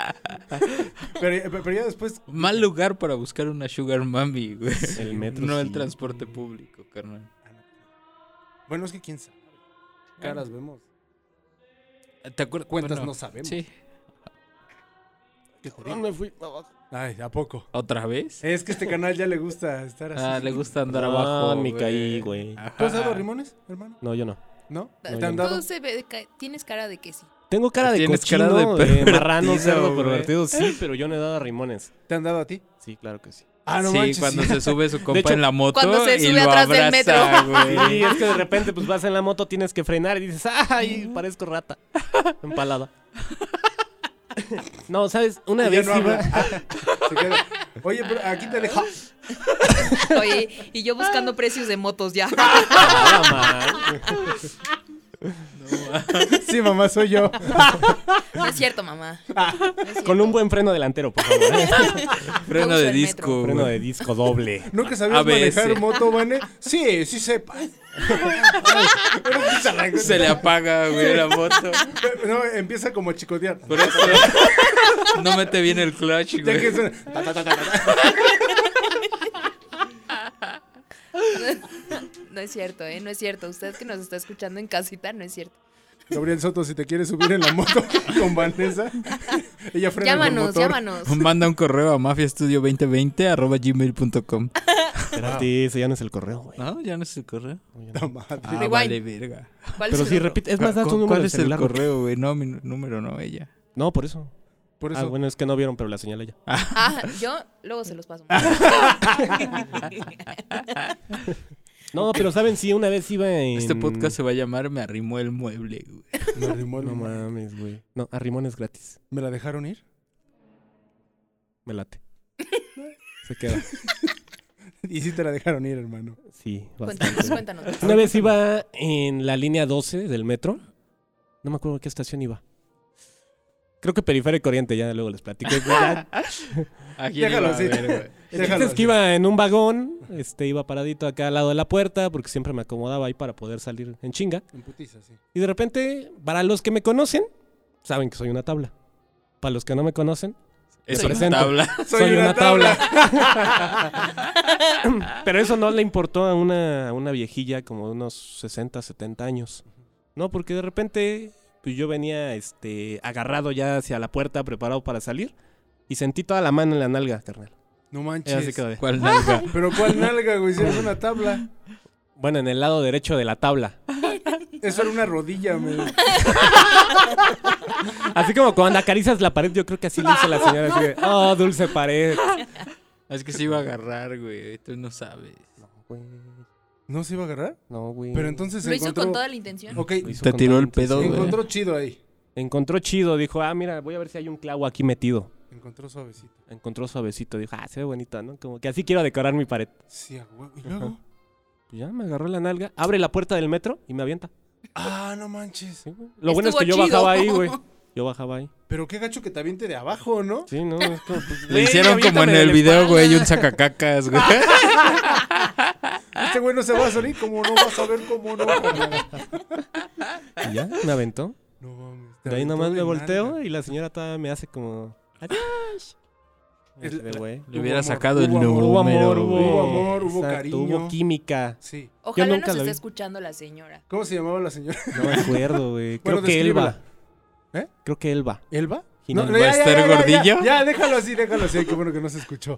pero ya después... Mal lugar para buscar una sugar mami, güey. El metro, No el sí. transporte público, carnal. Bueno, es que quién sabe. Caras vemos. ¿Te acuerdas? Cuentas no sabemos. Sí. ¿Qué te digo? Me fui abajo. Ay, ¿a poco? ¿Otra vez? Es que este canal ya le gusta estar así. Le gusta andar Ah, abajo. me caí, güey. Ajá. ¿Tú has dado rimones, hermano? No, yo no. ¿No? No, ¿Te han yo dado? Tú tienes cara de que sí. Tengo cara de Tienes cochino, cara de marrano, pervertido, cerdo güey. pervertido. Sí, pero yo no he dado a rimones. ¿Te han dado a ti? Sí, claro que sí. Ah, no sí, manches. cuando sí. se sube su compa hecho, en la moto cuando se y sube lo atrás del abraza, metro. güey. Sí, es que de repente pues vas en la moto, tienes que frenar y dices, ¡ay! Parezco rata. Empalada. No, ¿sabes? Una Y ya vez no iba... habla. Se queda. Oye, pero aquí te dejo. Oye, y yo buscando precios de motos ya. Ah, Sí, mamá, soy yo. No es cierto, mamá. No es cierto. con un buen freno delantero, por favor. Freno Uso de el disco, metro. Freno güey. de disco doble. ¿Nunca sabías ABS. manejar moto, Vane? Sí, sí sepa. Se le apaga, güey, la moto. No, empieza como a chicotear. Por eso no mete bien el clutch, Ya que güey. suena. No es cierto, no es cierto. Usted que nos está escuchando en casita, no es cierto. Gabriel Soto, si te quieres subir en la moto con Vanessa, ella frena con Llámanos, motor. llámanos. Manda un correo a mafiastudio2020@gmail.com. Espérate, ese ya no es el correo, güey. No, ya no es el correo. La madre. Ah, Rewind. vale, verga. ¿Cuál Pero es si el otro? repite, es más, da tu número ¿Cuál de es el celular, güey. correo, güey? No, mi número no, ella. No, por eso. Por eso. Ah, bueno, es que no vieron, pero la señalé ya. Ah, yo luego se los paso. No, pero ¿saben? Sí, una vez iba en... Este podcast se va a llamar Me arrimó el mueble, güey. Me arrimó el No mamá. mames, güey. No, arrimones gratis. ¿Me la dejaron ir? Me late. Se queda. Y sí te la dejaron ir, hermano. Sí, bastante. Cuéntanos. Una vez iba en la línea 12 del metro. No me acuerdo a qué estación iba. Creo que Periférico Oriente, ya luego les platico. Ya, Aquí Déjalo así. el chiste Déjalo es que iba en un vagón, iba paradito acá al lado de la puerta, porque siempre me acomodaba ahí para poder salir en chinga. En putiza, sí. Y de repente, para los que me conocen, saben que soy una tabla. Para los que no me conocen, Es Soy una presento. tabla. Soy una tabla. Pero eso no le importó a una viejilla como de unos 60, 70 años. No, porque de repente pues yo venía agarrado ya hacia la puerta, preparado para salir, y sentí toda la mano en la nalga, carnal. No Y así manches. quedó de- ¿Cuál nalga? Pero ¿cuál nalga, güey? Si eres una tabla. Bueno, en el lado derecho de la tabla. Eso era una rodilla, me. Así como cuando acaricias la pared, yo creo que así le hizo la señora. Así de, oh, dulce pared. Es que se iba a agarrar, güey. Tú no sabes. No, güey. ¿No se iba a agarrar? No, güey. Pero entonces Lo hizo encontró... con toda la intención. Ok, Lo hizo Te con tiró toda el pedo, intención. güey. encontró chido ahí. Encontró chido. Dijo, mira, voy a ver si hay un clavo aquí metido. Encontró suavecito. Encontró suavecito. Dijo, se ve bonito, ¿no? Como que así quiero decorar mi pared. Sí, a huevo. ¿Y luego? Pues ya me agarró la nalga, abre la puerta del metro y me avienta. Ah, no manches. Sí, güey. Lo bueno es que yo Estuvo chido. bajaba ahí, güey. Yo bajaba ahí. Pero qué gacho que te aviente de abajo, ¿no? Sí, no, es como, pues, Le güey, hicieron como en aviéntame de el la video, espalda. güey, un sacacacas, güey. Este güey no se va a salir, como no vas a ver cómo no. Y ya, me aventó. No mames. te De ahí aventó nomás de me volteo nalga. y la señora todavía me hace como... Adiós. Es Así de, la- güey. Le hubiera amor, sacado el hubo amor, número, Hubo amor, güey. Hubo amor, hubo Exacto, cariño. hubo química. Sí. Ojalá nunca nos la esté vi. escuchando la señora. ¿Cómo se llamaba la señora? No me acuerdo, güey. Bueno, Creo que Elba. descríbela. ¿Eh? Creo que Elba. ¿Elba? Ginón. ¿Bester Gordillo? Ya, déjalo así. Qué bueno que no se escuchó.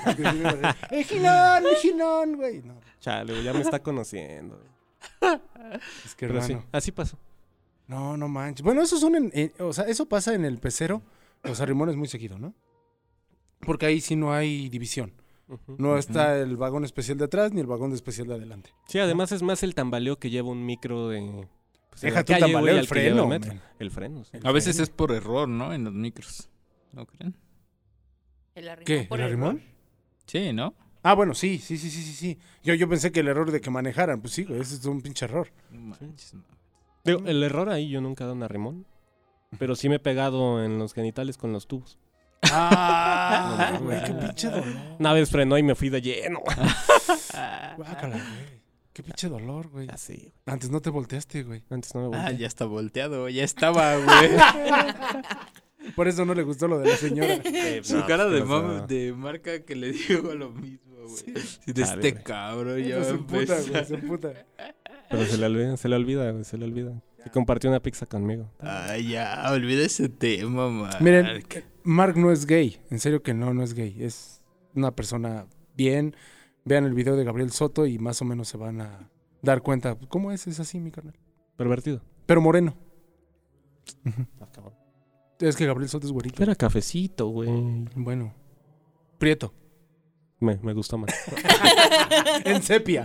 ¡El Ginón, güey! No, Chale, güey, ya me está conociendo. Güey. es que Pero sí, hermano. así pasó. No manches. Bueno, eso son o sea, eso pasa en el pecero, los arrimones muy seguido, ¿no? Porque ahí sí no hay división. Ujú. No está el vagón especial de atrás ni el vagón especial de adelante. Sí, además es más el tambaleo que lleva un micro de... pues, en Deja la tú calle, tambaleo, güey, el al que lleva freno, metro. man. El freno, sí. A veces es por error, ¿no? En los micros. ¿No creen? El arrimón ¿Qué? por ¿El error. arrimón? Sí, ¿no? Ah, bueno, sí. Yo pensé que el error de que manejaran, pues sí, güey, ese es un pinche error. No manches, no. Digo, el error ahí yo nunca he dado un arrimón. Pero sí me he pegado en los genitales con los tubos. Ah, güey, qué pinche dolor. Una vez frenó y me fui de lleno. Guácala, güey. Qué pinche dolor, güey. Así. Antes no te volteaste, güey. Antes no me volteé. Ya está volteado, ya estaba, güey. Por eso no le gustó lo de la señora. Su cara de marca que le digo lo mismo, güey. Si de Dale, este güey. cabrón ya va a Se emputa, güey, empezar. se emputa. Pero se le olvida, güey, se le olvida. Que compartió una pizza conmigo. Ay, ya, olvida ese tema, man. Miren, Mark no es gay. En serio que no es gay. Es una persona bien. Vean el video de Gabriel Soto y más o menos se van a dar cuenta. ¿Cómo es? Es así, mi carnal. Pervertido. Pero moreno. Ah, cabrón. Es que Gabriel Soto es güerito. Era cafecito, güey. Bueno. Prieto. Me gustó más. En sepia.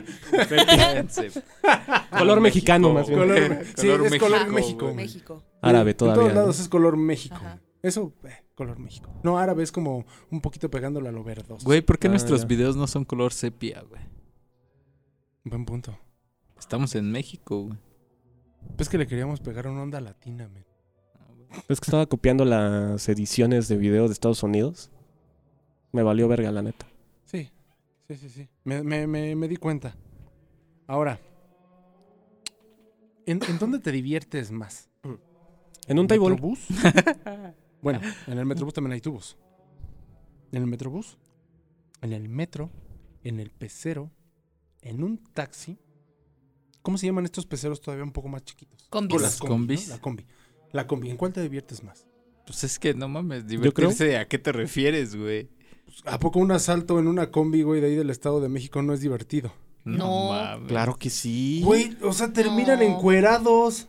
Color mexicano, más bien. Sí, es color México. güey. México. Árabe En todavía. todos ¿no? lados es color México. Ajá. Eso, color México. No, árabe es como un poquito pegándole a lo verdoso. Güey, ¿por qué Ah, nuestros ya. videos no son color sepia, güey? Buen punto. Estamos en México, güey. Pues que le queríamos pegar una onda latina, men. Es que estaba copiando las ediciones de video de Estados Unidos. Me valió verga, la neta. Sí. Me di cuenta. Ahora, ¿en dónde te diviertes más? En un table. ¿Metrobús? Bueno, en el Metrobús también hay tubos. En el Metrobús, en el metro, en el pecero, en un taxi. ¿Cómo se llaman estos peceros todavía un poco más chiquitos? Combis. Con Las combis. ¿no? La combi. ¿En cuál te diviertes más? Pues es que no mames, creo- divertirse, ¿a qué te refieres, güey? ¿A poco un asalto en una combi, güey, de ahí del Estado de México no es divertido? No. mames. Claro que sí. Güey, o sea, terminan No. encuerados.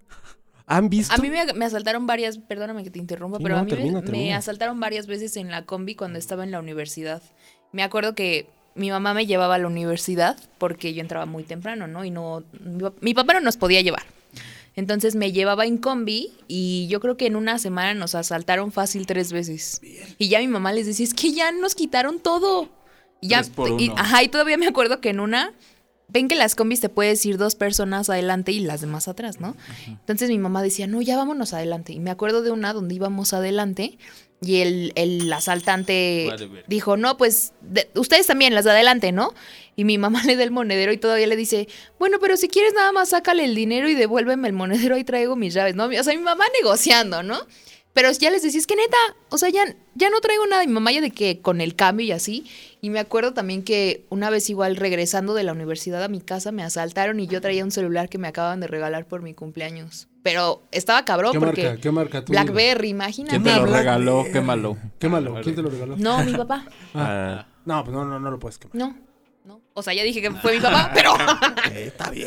¿Han visto? A mí me asaltaron varias, perdóname que te interrumpa, Sí, pero no, a mí me termina. asaltaron varias veces en la combi cuando estaba en la universidad. Me acuerdo que mi mamá me llevaba a la universidad porque yo entraba muy temprano, ¿no? Y mi papá no nos podía llevar. Entonces me llevaba en combi y yo creo que en una semana nos asaltaron fácil 3 veces. Y ya mi mamá les decía, es que ya nos quitaron todo. Y ya, 3 por 1. y todavía me acuerdo que en una, ven que las combis te puedes ir 2 personas adelante y las demás atrás, ¿no? Entonces mi mamá decía, no, ya vámonos adelante. Y me acuerdo de una donde íbamos adelante y el asaltante Vale, ver. dijo, no, pues ustedes también, las de adelante, ¿no? Y mi mamá le da el monedero y todavía le dice, bueno, pero si quieres nada más sácale el dinero y devuélveme el monedero, ahí traigo mis llaves, ¿no? O sea, mi mamá negociando, ¿no? Pero ya les decía, es que neta, o sea, ya no traigo nada. Y mi mamá ya de que con el cambio y así. Y me acuerdo también que una vez igual regresando de la universidad a mi casa me asaltaron y yo traía un celular que me acaban de regalar por mi cumpleaños. Pero estaba cabrón porque ¿Qué marca? Tú BlackBerry, imagínate. ¿Quién te lo Blackberry. regaló? Quémalo. Quémalo. ¿Quién te lo regaló? No, mi papá. Ah, No, pues no lo puedes quemar. No. O sea, ya dije que fue mi papá, pero... Está bien.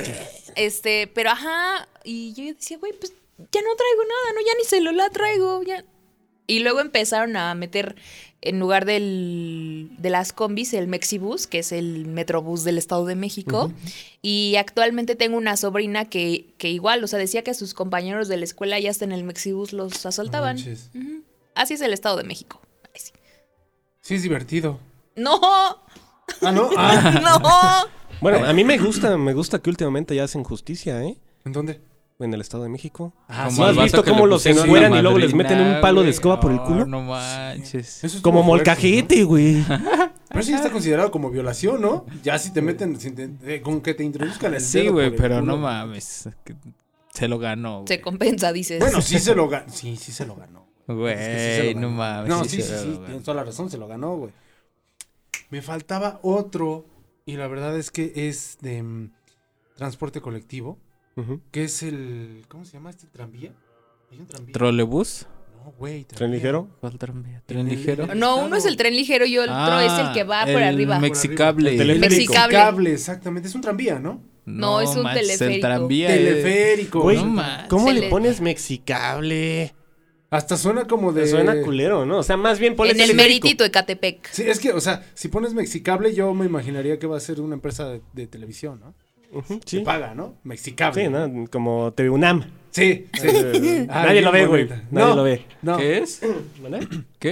Pero ajá, y yo decía, güey, pues ya no traigo nada, ¿no? Ya ni celular traigo, ya. Y luego empezaron a meter, en lugar de las combis, el Mexibus, que es el Metrobús del Estado de México. Y actualmente tengo una sobrina que igual, o sea, decía que a sus compañeros de la escuela ya hasta en el Mexibus los asaltaban. Manches. Ujú. Así es el Estado de México. Ay, sí. Sí, es divertido. ¡No! Ah, ¿no? Ah. ¡No! bueno, a mí me gusta que últimamente ya hacen justicia, ¿eh? ¿En dónde? En el Estado de México. Ah, Como ¿No has al vato visto que cómo le los pusieron encueran la y luego les meten un palo de escoba por el culo? No manches. Eso es Como fuerte, molcajete, güey. ¿no? Pero eso ya está considerado como violación, ¿no? Ya si te meten, con que te introduzcan el Sí, dedo güey, por el pero culo. no mames. que Se lo ganó, Se güey. compensa, dices. Bueno, sí se lo ganó. Sí se lo ganó. Güey, Es que sí se lo no ganó. mames. No, se lo ganó. tienes toda la razón, se lo ganó, güey. Me faltaba otro, y la verdad es que es de transporte colectivo, Ujú. que es el... ¿Cómo se llama este tranvía? ¿Hay un tranvía? ¿Trolebús? No, güey. ¿Tren ligero? ¿Cuál tranvía? En ¿Tren el- ligero? No, uno es el tren ligero y otro es el que va por arriba. Mexicable. El teleférico. Mexicable. Cable, exactamente. Es un tranvía, ¿no? No, es un manches, teleférico. El tranvía. Teleférico. Güey, no manches. ¿cómo Se le le- pones mexicable? Hasta suena como de... Te suena culero, ¿no? O sea, más bien ponle En el teleférico. Meritito, Ecatepec. Sí, es que, o sea, si pones Mexicable, yo me imaginaría que va a ser una empresa de televisión, ¿no? Ujú, Se sí. paga, ¿no? Mexicable. Sí, ¿no? Como TV UNAM. Sí, sí. Ah, Nadie lo ve, bien güey. bonita. Nadie No, lo ve. No. ¿Qué es? ¿Vale? ¿Qué?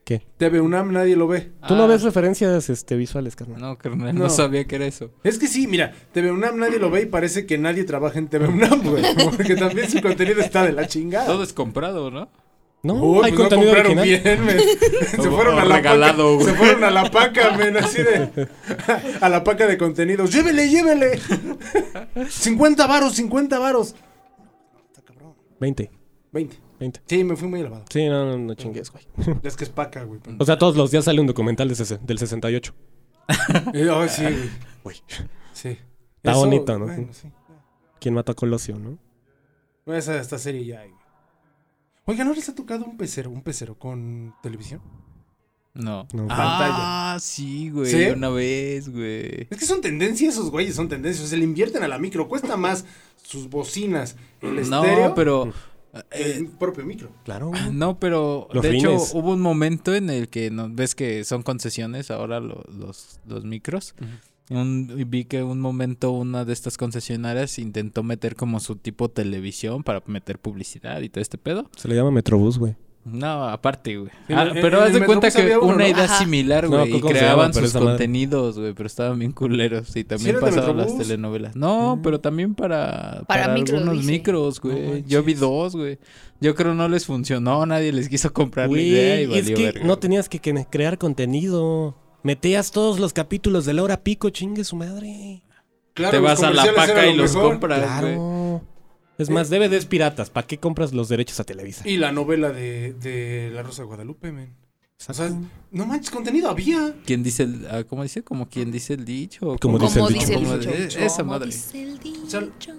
¿Qué? TV UNAM nadie lo ve. Tú no ves referencias visuales, carnal. No, carnal, No. no sabía que era eso. Es que sí, mira, TV UNAM nadie lo ve y parece que nadie trabaja en TV UNAM, güey. Porque también su contenido está de la chingada. Todo es comprado, ¿no? No, Uy, hay pues contenido no compraron original. bien, men. Se fueron O a la regalado, paca. güey. Se fueron a la paca, men, así de a la paca de contenidos. Llévele. 50 varos, 50 varos. Está cabrón. 20. 20. 20. Sí, me fui muy elevado. Sí, no chingues, güey. Es que es paca, güey. O sea, todos los días sale un documental del 68. Ay, sí, güey. Güey. Sí. Está bonito, ¿no? Bueno, sí. ¿Quién mató a Colosio, no? Esta serie ya. Oiga, ¿no les ha tocado un pecero con televisión? No. No. Ah, sí, güey. ¿Sí? Una vez, güey. Es que son tendencias, esos güeyes son tendencias. Se le invierten a la micro. Cuesta más sus bocinas, el estéreo, No, pero... el propio micro. Claro, güey. No, pero Los de rines. hecho hubo un momento en el que no ves que son concesiones ahora los micros. Vi que un momento una de estas concesionarias intentó meter como su tipo televisión para meter publicidad y todo este pedo. Se le llama Metrobús, güey. No, aparte, güey. En Pero en haz de el cuenta Metrobús que había uno, una ¿no? idea Ajá. similar, No, güey, y ¿cómo se creaban llama? Pero sus esa madre. contenidos, güey, pero estaban bien culeros y también era de pasaban las Metrobús? telenovelas. No, pero también para micros, algunos dice. micros, No güey. manches. Yo vi 2, güey. Yo creo no les funcionó, nadie les quiso comprar la idea y Güey, es valió que verga, no güey. tenías que crear contenido. Metías todos los capítulos de la hora pico, chingue su madre. Claro, Te los vas a la comerciales paca eran y lo los mejor. compras, güey. Claro. Es más, DVDs piratas. ¿Para qué compras los derechos a Televisa? Y la novela de La Rosa de Guadalupe, men. O sea, Exacto. no manches, contenido había. ¿Quién dice el ¿cómo dice? Como quien dice el dicho. Como ¿Cómo dice el Como dicho. dice el Como dicho. de- esa Como madre. dice el O sea, dicho.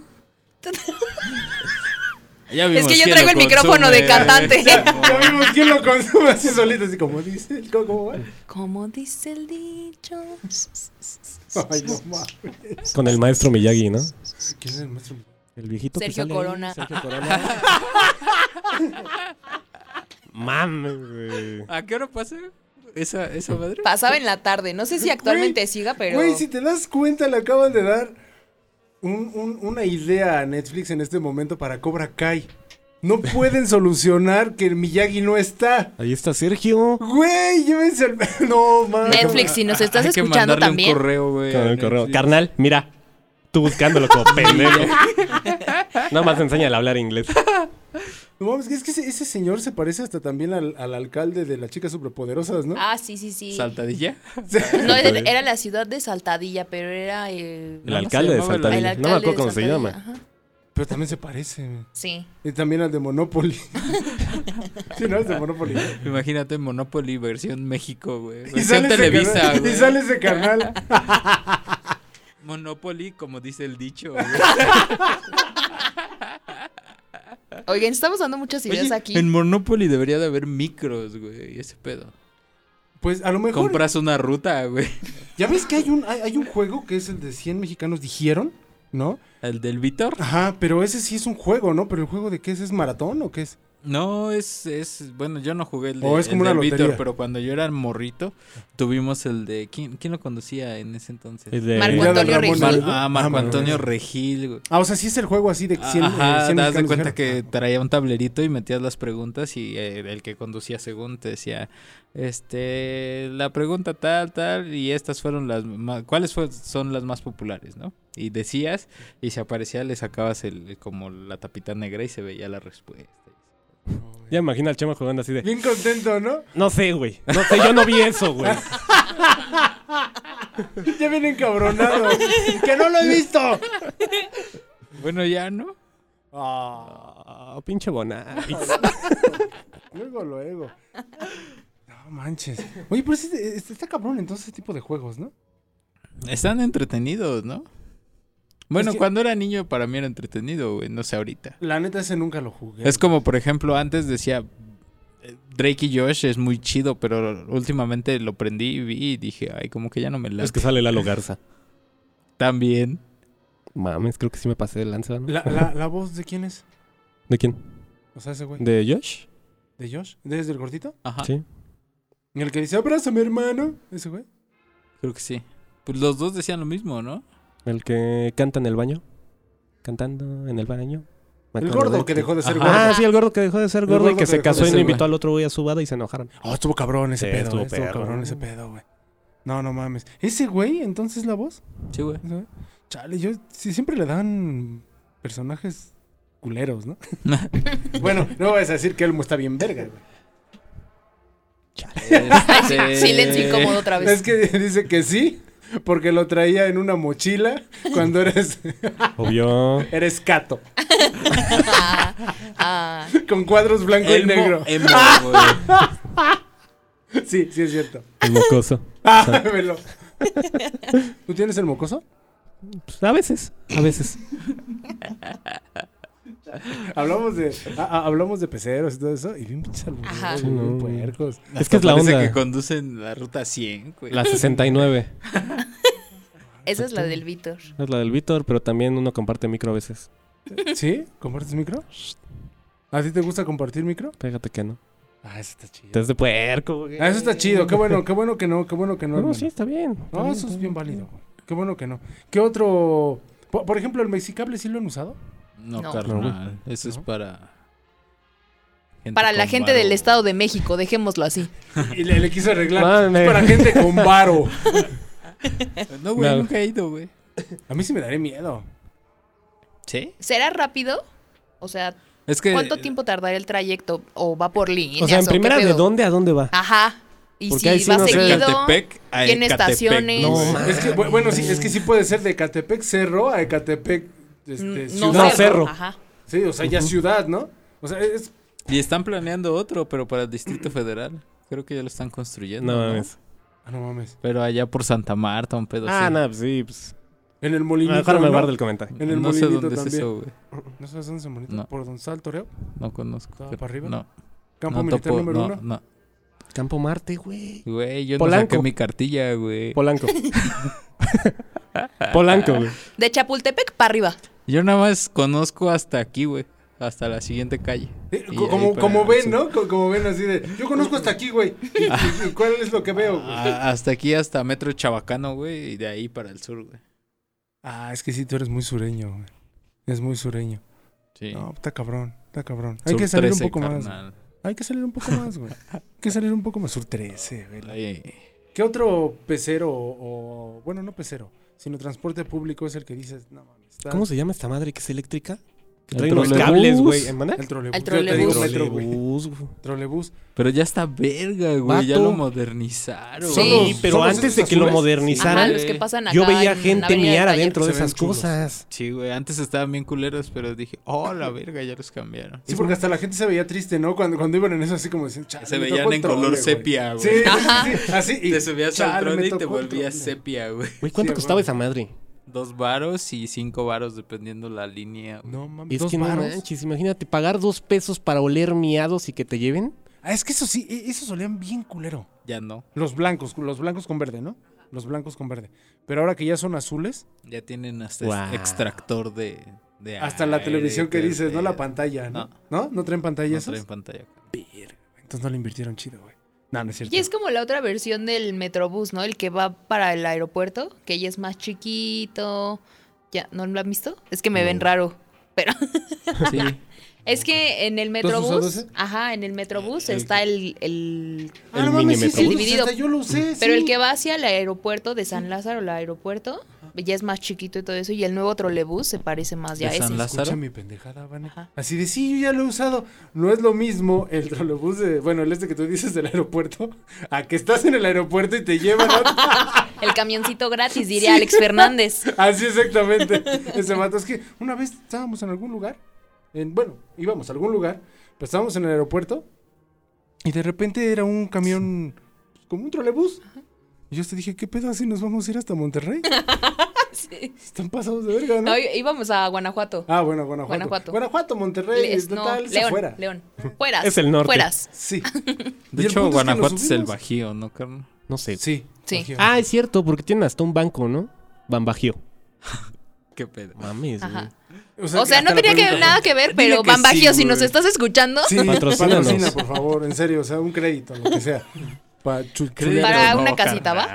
Ya Es vimos que yo quién traigo lo el micrófono de consume. cantante. Ya vimos quién lo consume así solito, así como dice. ¿Cómo va? Como dice el dicho. Ay, no mames. Con el maestro Miyagi, ¿no? ¿Quién es el maestro? El viejito que Sergio sale ahí, Corona. Sergio Corona. Mames, güey. ¿A qué hora pasa esa madre? Pasaba en la tarde. No sé si actualmente siga, pero. Güey, si te das cuenta, le acaban de dar una idea a Netflix en este momento para Cobra Kai. No pueden solucionar que el Miyagi no está. Ahí está Sergio. Güey, llévense al... No, mames. Netflix, si nos estás Hay que escuchando mandarle también. un correo, güey. Con a el correo. Netflix. Carnal, mira. Tú buscándolo como pendejo. Nada más enséñale a hablar inglés. No mames, es que ese señor se parece hasta también al alcalde de las chicas superpoderosas, ¿no? Ah, sí, sí, sí. ¿Saltadilla? No, era la ciudad de Saltadilla, pero era el. El alcalde de llamaba el- Saltadilla. el No me alcalde acuerdo de cómo se Saltadilla, llama. ajá. Pero también se parece. Sí. Y también al de Monopoly. Sí, ¿no? Es de Monopoly. Imagínate Monopoly versión México, güey. Y Versión sale, ese Televisa, carnal, güey. y sale ese carnal. Monopoly, como dice el dicho, güey. Oigan, estamos dando muchas ideas Oye, aquí. en Monopoly debería de haber micros, güey, y ese pedo. Pues a lo mejor. Compras una ruta, güey. Ya ves que hay un juego que es el de 100 mexicanos dijeron, ¿no? ¿El del Víctor? Ajá, pero ese sí es un juego, ¿no? Pero el juego de qué es maratón o qué es? No, bueno, yo no jugué el de, O es como el una del Víctor, lotería. pero cuando yo era morrito, tuvimos el de... ¿Quién lo conducía en ese entonces? Es de- Marco Mira, Antonio Ramón, Regil. ¿no? Marco Marco Antonio Antonio. Regil, güey. Ah, o sea, sí es el juego así de 100, Ajá, 100 te das de mexicanos cuenta dijeron. que traía un tablerito y metías las preguntas y el que conducía según te decía, la pregunta tal, y estas fueron las más, son las más populares, ¿no? Y decías, y si aparecía le sacabas como la tapita negra y se veía la respuesta. Ya imagina al Chema jugando así de... Bien contento, ¿no? No sé, güey. No sé, yo no vi eso, güey. Ya viene encabronado. ¡Que no lo he visto! Bueno, ya, ¿no? Ah, pinche Bonais. Luego. No manches. Oye, pero está cabrón entonces ese tipo de juegos, ¿no? Están entretenidos, ¿no? Bueno, Es que- cuando era niño para mí era entretenido, güey, no sé ahorita. La neta ese nunca lo jugué. Es como, por ejemplo, antes decía, Drake y Josh es muy chido, pero últimamente lo prendí y vi y dije, ay, como que ya no me late. Es que sale Lalo Garza. También. Mames, creo que sí me pasé de lanza, ¿no? ¿La voz de quién es? ¿De quién? O sea, ese güey. ¿De Josh? ¿De Josh? ¿Desde el gordito? Ajá, Sí. El que dice, abrázame, hermano. ¿Ese güey? creo que sí. Pues los dos decían lo mismo, ¿no? El que canta en el baño. Cantando en el baño. Me El acuerdo gordo que dejó de ser Ajá. gordo. Ah, sí, el gordo que dejó de ser El gordo y gordo que que se dejó de casó y ser, no güey. invitó al otro güey a su boda y se enojaron. Oh, estuvo cabrón ese Sí, pedo. estuvo Estuvo perro. cabrón ese pedo, güey. No mames. ¿Ese güey entonces la voz? Sí, güey. ¿Ese güey? Chale, sí, siempre le dan personajes culeros, ¿no? Bueno, no vas a decir que Elmo está bien verga, güey. Silencio incómodo otra vez. Es que dice que sí, porque lo traía en una mochila cuando eres cato, con cuadros blanco y negro. Güey. Sí, sí es cierto. El mocoso. Ah, velo. ¿Tú tienes el mocoso? Pues, a veces. Hablamos de peceros y todo eso, y bien pinches Ajá. albures, Sí, bien no. puercos. Es que es la Parece onda. que conducen la ruta 100, güey. La 69. Esa es la del Víctor. Es la del Víctor, pero también uno comparte micro a veces. ¿Sí? ¿Compartes micro? ¿A ti te gusta compartir micro? Fíjate que no. Ah, eso está chido. Te es de puerco, güey. Ah, eso está chido. Qué bueno que no, No, hermano. sí, está bien. No, eso es bien válido, güey. Qué bueno que no. ¿Qué otro? Por ejemplo, el Mexicable sí lo han usado. No, No. carnal. Eso es ¿No? para... Para la con gente varo. del Estado de México, dejémoslo así. Y le quiso arreglar. Mame. Es para gente con varo. No, güey, No. nunca he ido, güey. A mí sí me daría miedo. ¿Sí? ¿Será rápido? O sea, Es que... ¿cuánto tiempo tardará el trayecto? ¿O va por líneas? O sea, en qué primera, ¿de pedo? dónde a dónde va? Ajá. Y Porque si ahí sí va no sé. De seguido, Ecatepec a tiene Ecatepec, estaciones. No, güey. man. Es que, bueno, sí, es que sí puede ser de Ecatepec Cerro a Ecatepec No, ciudad. cerro. Ajá. Sí, o sea, ya ciudad, ¿no? O sea, es... Y están planeando otro, pero para el Distrito Federal. Creo que ya lo están construyendo. No ¿no? mames. Ah, no mames. Pero allá por Santa Marta, un pedo Ah, así. no, pues sí, pues. En el Molinito, Mejor me ¿no? guardo el comentario. En el No sé Molinito dónde es también. eso, güey. ¿No sabes dónde es el Molinito? No. ¿Por donde está el toreo? No conozco. ¿Estaba pero- para arriba? No. ¿Campo no militar topo, número no, 1? no. Campo Marte, güey. Güey, yo Polanco. no saqué mi cartilla, güey. Polanco. Polanco, güey. De Chapultepec para arriba. Yo nada más conozco hasta aquí, güey. Hasta la siguiente calle. Y Como, ahí para como el ven, sur. ¿no? Como ven así de... Yo conozco hasta aquí, güey. ¿Y cuál es lo que veo, güey? Hasta aquí, hasta Metro Chabacano, güey. Y de ahí para el sur, güey. Ah, es que sí, tú eres muy sureño, güey. Es muy sureño. Sí. No, está cabrón, está cabrón. Hay Sur que salir 13, un poco más. carnal. Hay que salir un poco más, güey. Hay que salir un poco más. Sur 13, güey. Ahí. ¿Qué otro pecero o... Bueno, no pecero, sino transporte público es el que dices... No mames, está... ¿Cómo se llama esta madre que es eléctrica? Que El trae unos trolebús. cables, güey. ¿En mana? El trolebús. El Yo te digo trolebús. metro, güey. Trolebús, güey. Trolebús. Pero ya está verga, güey. Ya Vato. lo modernizaron. Sí. Sí, pero ¿Son los antes de esos que lo azules? Ajá, modernizaran, los que pasan acá yo veía en gente Avenida miar del adentro de Se ven esas chulos. cosas. Sí, güey. Antes estaban bien culeros, pero dije, oh, la verga, ya los cambiaron. Sí, porque hasta la gente se veía triste, ¿no? Cuando iban en eso así como decían... "Chale, Se me veían tocó el en color trole, güey". sepia, güey. Sí, sí, sí, así. Y, Te subías al "Chale, trono me y te tocó el volvías trole". sepia, güey. Güey, ¿cuánto Sí, costaba güey. esa madre? 2 varos y 5 varos dependiendo la línea. No mames, Es ¿dos que no varos? manches, imagínate pagar 2 pesos para oler miados y que te lleven. Ah, es que eso sí, esos olían bien culero. Ya no. Los blancos con verde, ¿no? Los blancos con verde. Pero ahora que ya son azules, Ya tienen hasta Guau. extractor de hasta en la aire, televisión que qué dices, no la pedo. pantalla, ¿no? No. ¿No? ¿No traen pantalla No esos? traen pantalla. Verga, entonces no le invirtieron chido, güey. No, no es cierto. Y es como la otra versión del Metrobús, ¿no? El que va para el aeropuerto, que ya es más chiquito. ¿Ya no lo han visto? Es que me ven raro. Pero Sí. es que en el has usado Metrobús, ese? ajá, en el Metrobús está el Ah, no el mini mames, sí, metrobús. sí, pues, dividido. hasta yo lo usé, pero sí. el que va hacia el aeropuerto de San Lázaro, el aeropuerto, ya es más chiquito y todo eso, y el nuevo trolebús se parece más ya a ¿De San ese. Lázaro? Escucha mi pendejada, Vane. Ajá. Así de, sí, yo ya lo he usado. No es lo mismo el trolebús de... Bueno, el que tú dices del aeropuerto, a que estás en el aeropuerto y te llevan a... El camioncito gratis, diría Alex Fernández. Así exactamente. Ese vato. Es que una vez estábamos en algún lugar. Bueno, íbamos a algún lugar. Pero estábamos en el aeropuerto. Y de repente era un camión como un trolebús. Y yo te dije, ¿qué pedo? ¿Así nos vamos a ir hasta Monterrey? Sí. Están pasados de verga, ¿no? No, íbamos a Guanajuato. Ah, bueno, Guanajuato. Guanajuato. Monterrey, total, es León, afuera. León. Fueras. Es el norte. Fueras. Sí. De Y el hecho, punto es que Guanajuato nos es el subimos. Bajío, ¿no, carnal? No sé. Sí. Sí. Bajío. Ah, es cierto, porque tienen hasta un banco, ¿no? Bambajío. ¿Qué pedo? Mames, güey. Ajá. O hasta sea, no la tenía pregunta, nada que ver, pero Dile que Van Bajío, sí, si nos güey. estás escuchando, Sí, Patrocínanos. patrocina, por favor, en serio, o sea, un crédito, lo que sea. Para Crédito, Para no, una casita, ¿va? carnal.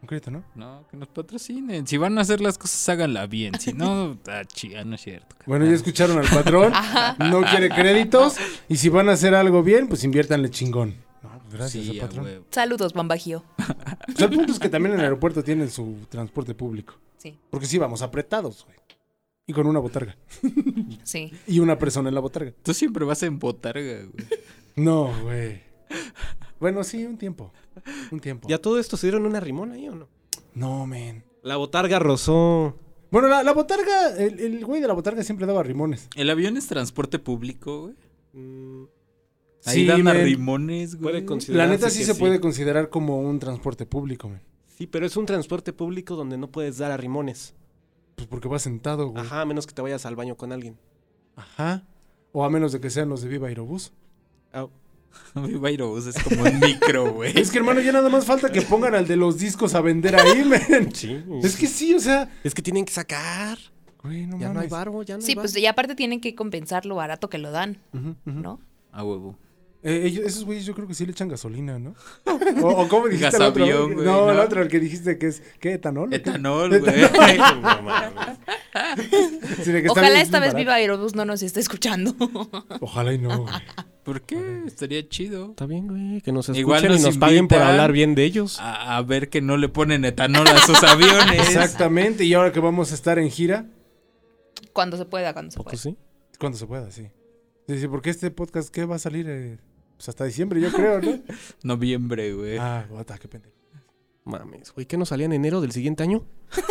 Concreto, ¿no? No, que nos patrocinen. Si van a hacer las cosas, háganla bien. Si no, chica, no es cierto. Bueno, ya escucharon al patrón. No quiere créditos. Y si van a hacer algo bien, pues inviértanle chingón. No, pues gracias Sí, al patrón. huevo. Saludos, Bambajío. O sea, el punto es que también en el aeropuerto tienen su transporte público. Sí, Porque sí, vamos apretados, güey. Y con una botarga. sí. Y una persona en la botarga. Tú siempre vas en botarga, güey. No, güey. Bueno, sí, un tiempo. Un tiempo. ¿Ya todo esto se dieron una rimón ahí o no? No, men. La botarga rozó. Bueno, la botarga, el güey de la botarga siempre daba rimones. ¿El avión es transporte público, güey? Mm, Ahí Sí, dan a men. rimones, güey. Puede considerarse La neta sí que se puede considerar como un transporte público, men. Sí, pero es un transporte público donde no puedes dar a rimones. Pues porque vas sentado, güey. Ajá, a menos que te vayas al baño con alguien. Ajá. O a menos de que sean los de Viva Aerobús. Ah, Viva Aerobús es como un micro, güey. Es que, hermano, ya nada más falta que pongan al de los discos a vender ahí, men. sí. Es que sí, o sea... Es que tienen que sacar. Güey, no Ya no hay mames. barbo, ya no Sí, hay pues barbo. y aparte tienen que compensar lo barato que lo dan, Ujú, ujú. ¿no? A huevo. Esos güeyes yo creo que sí le echan gasolina, ¿no? O ¿cómo dijiste el otro? Gasavión, güey, No, el ¿no? otro, el que dijiste que es... ¿Qué? ¿Etanol? ¿O qué? Etanol, güey. No mames. Sí, de que está Ojalá bien esta vez barato. Viva Aerobús no nos esté escuchando. Ojalá y no, güey. ¿Por qué? Estaría chido. Está bien, güey, que nos escuchen Igual y nos nos paguen por invitan hablar bien de ellos. A ver que no le ponen etanol a sus aviones. Exactamente, y ahora que vamos a estar en gira, Cuando se pueda, cuando se ¿Poco pueda. sí? cuando se pueda, sí. Sí, porque este podcast, ¿qué va a salir? Pues hasta diciembre, yo creo, ¿no? Noviembre, güey. Ah, guata, qué pendejo. Mames, güey, ¿qué nos salía en enero del siguiente año?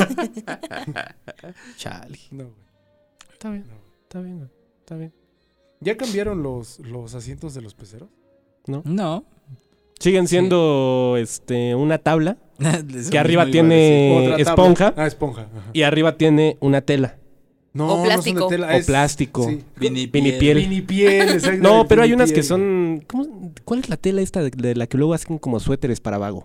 Chale. No, güey. Está bien, No. está bien, güey. Está bien. ¿Ya cambiaron los asientos de los peceros? No. Siguen siendo una tabla Eso que arriba mismo iba a decir. tiene Otra esponja tabla. Ah, esponja. Ajá. y arriba tiene una tela No, O no plástico. son de tela, o plástico. Sí. Vinipiel. Vinipiel, exacto. No, pero hay unas que Vinipiel. son... ¿Cuál es la tela esta de la que luego hacen como suéteres para vago?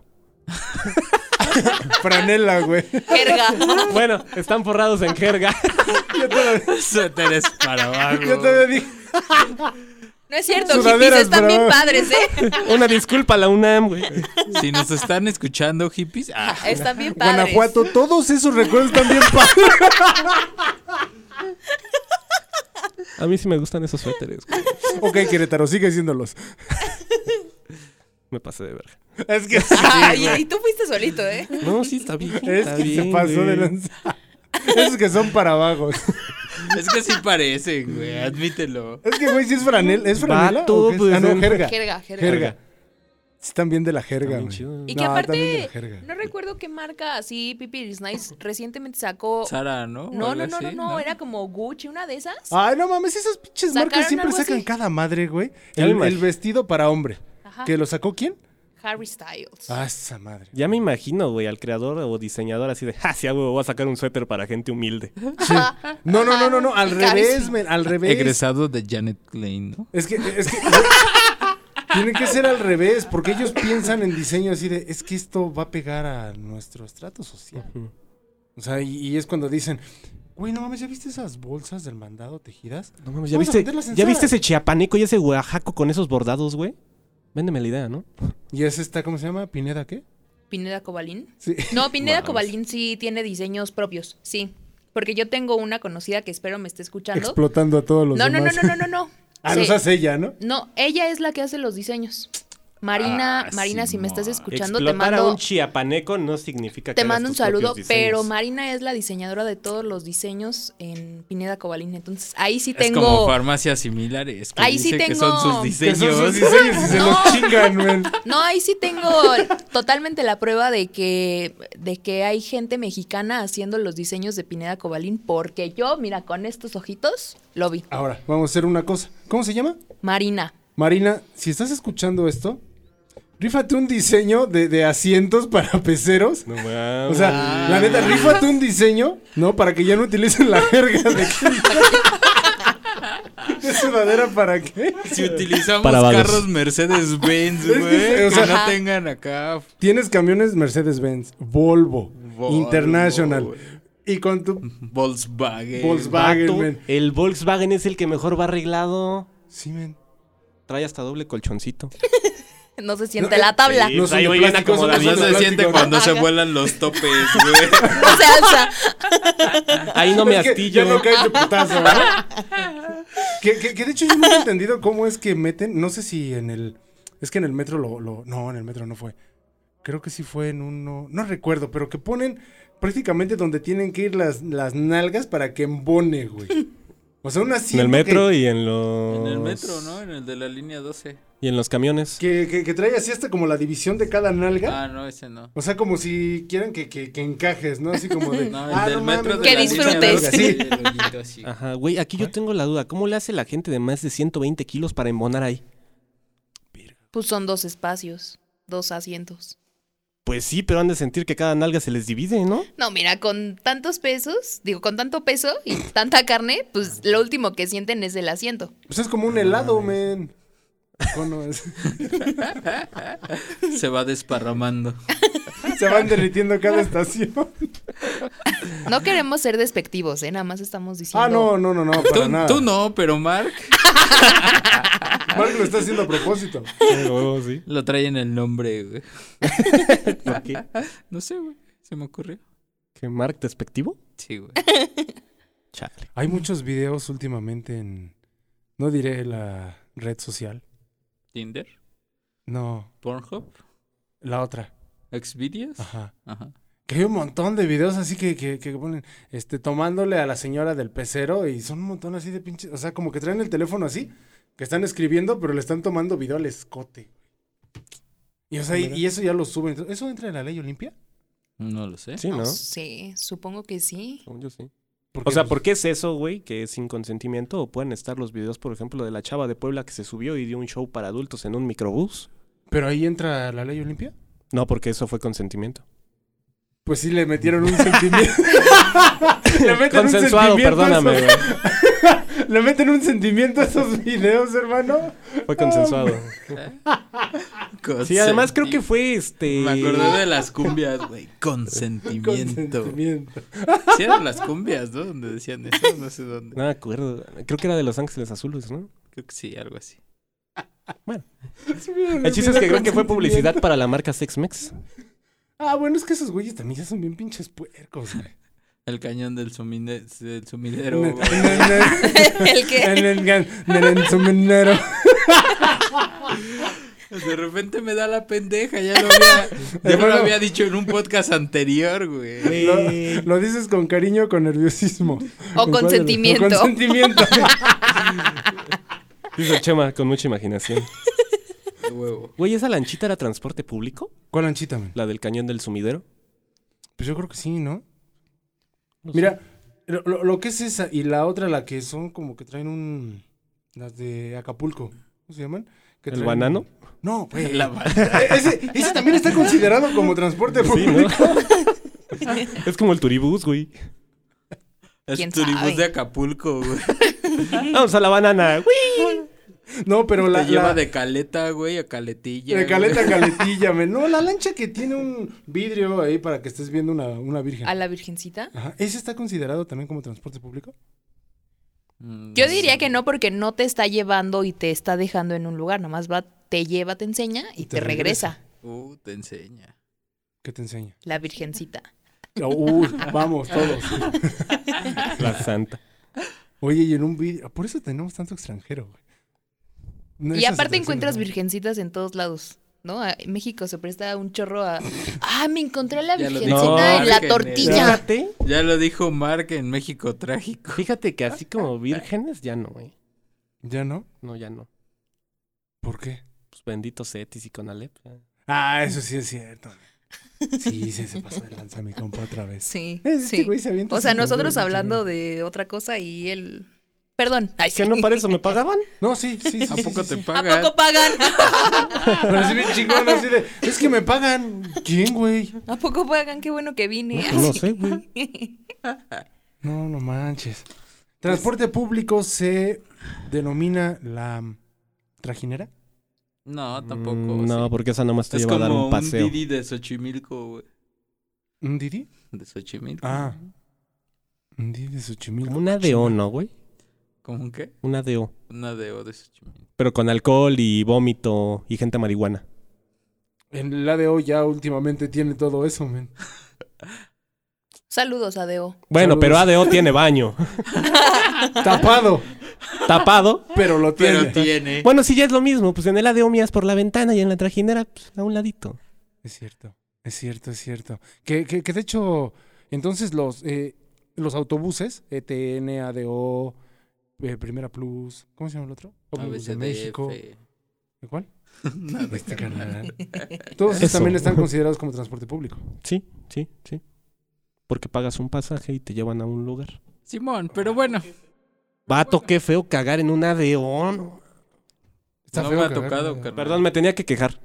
Franela, güey. Jerga. Bueno, están forrados en jerga. Yo te Suéteres para abajo. yo te dije. No es cierto, hippies, Sudaderas están para bien abajo. padres, ¿eh? Una disculpa a la UNAM, güey. Si nos están escuchando, hippies. Están bien padres. Guanajuato, todos esos recuerdos están bien padres. A mí sí me gustan esos suéteres, güey. Ok, Querétaro, sigue haciéndolos. Me pasé de verga. Es que sí, Ay, güey. y tú fuiste solito, ¿eh? No, sí, está bien. Es está que se bien, pasó de güey. lanza. Esos que son para vagos. Es que sí parecen, güey. Admítelo. Es que, güey, si es franela. ¿Es franela? Vato, ¿O qué es? pues, Ah, no, en- jerga. Jerga, jerga. Jerga. Están bien de la jerga, Está bien güey. chido. Y No, que también de la aparte, jerga. no recuerdo qué marca así, Pipi Is Nice, recientemente sacó... Sara, ¿no? No, O algo no, no, así, no, era como Gucci, una de esas. Ay, no mames, esas pinches Sacaron marcas siempre algo sacan así. cada madre, güey. Ya me El imagino. vestido para hombre. Ajá. ¿Que lo sacó quién? Harry Styles. Ah, esa madre. Ya me imagino, güey, al creador o diseñador así de, sí, güey, voy a sacar un suéter para gente humilde. No, al Carísimo. revés, men, al revés. Egresado de Janet Klein, ¿no? Es que tiene que ser al revés, porque ellos piensan en diseño así de, es que esto va a pegar a nuestro estrato social. Ujú. O sea, y es cuando dicen, güey, no mames, ¿ya viste esas bolsas del mandado tejidas? No mames, ¿ya Vamos a viste, venderlas en ¿ya Zara. viste ese chiapaneco y ese oaxaco con esos bordados, güey? Véndeme la idea, ¿no? Y ese está, ¿cómo se llama? ¿Pineda qué? Pineda Cobalín. Sí. No, Pineda Mames. Cobalín sí tiene diseños propios, sí. Porque yo tengo una conocida que espero me esté escuchando. Explotando a todos los No, no, no, demás. no, no, no, no. Ah, Sí. los hace ella, ¿no? No, ella es la que hace los diseños. Marina, Marina, si me estás Simón. escuchando, te Explotar a mando, un chiapaneco no significa que te hagas mando un tus propios saludo, pero diseños. Marina es la diseñadora de todos los diseños en Pineda Cobalín. Entonces, ahí sí Es como tengo... farmacias similares. Que Ahí sí dice que tengo- son sus Que diseños. son sus diseños y se No. los chingan, güey. No, ahí sí tengo totalmente la prueba de que hay gente mexicana haciendo los diseños de Pineda Cobalín, porque yo, mira, con estos ojitos, lo vi. Ahora, vamos a hacer una cosa. ¿Cómo se llama? Marina. Marina, si estás escuchando esto, rífate un diseño de asientos para peceros. No O mames. sea, la neta, rífate un diseño, ¿no? Para que ya no utilicen la jerga de ¿qué sudadera para qué? Si utilizamos Para vagos. carros Mercedes-Benz, Es que, güey, o que sea- no Ajá. tengan acá. Tienes camiones Mercedes-Benz, Volvo, Volvo, International. güey. Y con tu Volkswagen. Volkswagen, Vato, men. el Volkswagen es el que mejor va arreglado. Sí, men. Trae hasta doble colchoncito. No se siente la tabla. Sí, No pues son ahí de muy bien plástico, son No acomodadito. de se siente plástico, cuando se Ajá. vuelan los topes, güey. No se alza. Ahí no me Es que astillo. ya no caes de putazo, ¿verdad? que de hecho yo nunca he entendido cómo es que meten, no sé si en el, es que en el metro no, en el metro no fue. Creo que sí fue en uno, no recuerdo, pero que ponen prácticamente donde tienen que ir las nalgas para que embone, güey. O sea, un En asiento el metro y en los... En el metro, ¿no? En el de la línea 12. Y en los camiones. que trae así hasta como la división de cada nalga. Ah, no, ese no. O sea, como si quieran que encajes, ¿no? Así como de... No, el del metro de Que la línea disfrutes. 12, Sí. el hoyito así. Ajá, güey, aquí yo tengo la duda. ¿Cómo le hace la gente de más de 120 kilos para embonar ahí? Pues son 2 espacios, 2 asientos. Pues sí, pero han de sentir que cada nalga se les divide, ¿no? No, mira, con tantos pesos, con tanto peso y tanta carne, pues lo último que sienten es el asiento. Pues es como un helado, men. ¿Cómo no es? Se va desparramando. Se van derritiendo cada estación. No queremos ser despectivos, nada más estamos diciendo. Ah, no, para nada. Tú no, pero Mark Mark lo está haciendo a propósito. Sí. lo trae en el nombre, güey. ¿Por qué? No sé, güey. Se me ocurrió. ¿Qué, Mark despectivo? Sí, güey. Chale. Hay muchos videos últimamente en... No diré la red social. Tinder, No, Pornhub, la otra. Xvideos. Ajá. Ajá. Que hay un montón de videos así que ponen, tomándole a la señora del pecero y son un montón así de pinches, o sea, como que traen el teléfono así, que están escribiendo, pero le están tomando video al escote. Y o sea, y eso ya lo suben. ¿Eso entra en la ley Olimpia? No lo sé. Sí, ¿no? No sé, supongo que sí. Según yo sí. Porque, O sea, pues, ¿por qué es eso, güey? Que es sin consentimiento. O pueden estar los videos, por ejemplo, de la chava de Puebla que se subió y dio un show para adultos en un microbús. ¿Pero ahí entra la ley Olimpia? No, porque eso fue consentimiento. Pues sí, le metieron un sentimiento. Le meten un Consensuado, sentimiento a perdóname, esos- güey. Le meten un sentimiento a esos videos, hermano. Fue consensuado. Sí, además creo que fue Me acordé de las cumbias, güey. Consentimiento. Consentimiento. Sí eran las cumbias, ¿no? Donde decían eso, no sé dónde. No me acuerdo. Creo que era de Los Ángeles Azules, ¿no? Creo que sí, algo así. El chiste es que creo que fue publicidad para la marca Sex-Mex. Ah, bueno, es que esos güeyes también ya son bien pinches puercos, güey. El cañón del sumidero. En güey. ¿El qué? el suminero. De repente me da la pendeja, ya me lo había dicho en un podcast anterior, güey. Lo dices con cariño o con nerviosismo. O con sentimiento. Con sentimiento. Dice Chema, con mucha imaginación. De huevo. Güey, ¿esa lanchita era transporte público? ¿Cuál anchita, man? La del cañón del sumidero. Pues yo creo que sí, ¿no? No sé. Mira, lo que es esa y la otra, la que son como que traen las de Acapulco. ¿Cómo se llaman? Que ¿El traen- banano? No, güey. La Ese también está considerado como transporte Sí, público. ¿no? Es como el turibús, güey. Es ¿Quién turibús sabe? de Acapulco, güey. Vamos a la banana. Uy. No, pero Te lleva de caleta, güey, a caletilla. de caleta a güey. caletilla, men. No, la lancha que tiene un vidrio ahí para que estés viendo una virgen. ¿A la virgencita? Ajá. ¿Ese está considerado también como transporte público? Yo diría que no, porque no te está llevando y te está dejando en un lugar. Nomás va, te lleva, te enseña y te regresa. Te enseña. ¿Qué te enseña? La virgencita. Vamos, todos. La santa. Oye, y en un vidrio. Por eso tenemos tanto extranjero, güey. No, Y esas aparte atracciones, encuentras ¿no? virgencitas en todos lados, ¿no? México se presta un chorro a... ¡Ah, me encontré la Ya lo virgencita dijo en la Mark tortilla! Fíjate, Ya lo dijo Mark en México Trágico. fíjate que así como vírgenes, ya no, güey. ¿Ya no? No, ya no. ¿Por qué? Pues bendito Cetis y Conalep. ya. Ah, eso sí es cierto. Sí, se pasó de lanza mi compa otra vez. Sí, Este sí. güey se avienta O sea, sin nosotros control, hablando pinche de otra cosa y él... Perdón. Ay, ¿Que sí. no para eso me pagaban? güey. No, sí. ¿A poco te ¿A pagan? poco pagan? Pero así bien chingón, así de, es que me pagan. ¿Quién, güey? ¿A poco pagan? Qué bueno que vine. No sé, güey. No manches. Transporte público se denomina la trajinera. No, tampoco. No, sí. porque esa nomás te Es lleva a dar como un un paseo. Didi de Xochimilco, güey. ¿Un Didi? De Xochimilco. Ah. Un Didi de Xochimilco. Como una DO, ¿no, güey? ¿Cómo un qué? Una DO. Una DO de Xochimilco. Pero con alcohol y vómito y gente marihuana. En el ADO ya últimamente tiene todo eso, men. Saludos, Adeo. Bueno, Saludos. pero ADO tiene baño. Tapado, Tapado. pero lo tiene. Pero tiene. Bueno, sí, ya es lo mismo. Pues en el ADO mías por la ventana y en la trajinera, pues, a un ladito. Es cierto. Que de hecho, entonces los autobuses, ETN, ADO, Primera Plus, ¿cómo se llama el otro? Ómnibus de México. ¿De cuál? Este canal. Todos esos Eso. también están considerados como transporte público. Sí. Porque pagas un pasaje y te llevan a un lugar. Simón, pero bueno. Vato, qué feo cagar en un ADO. ¿No? Está No feo me ha cagar, tocado, ¿no? carnal. Perdón, me tenía que quejar.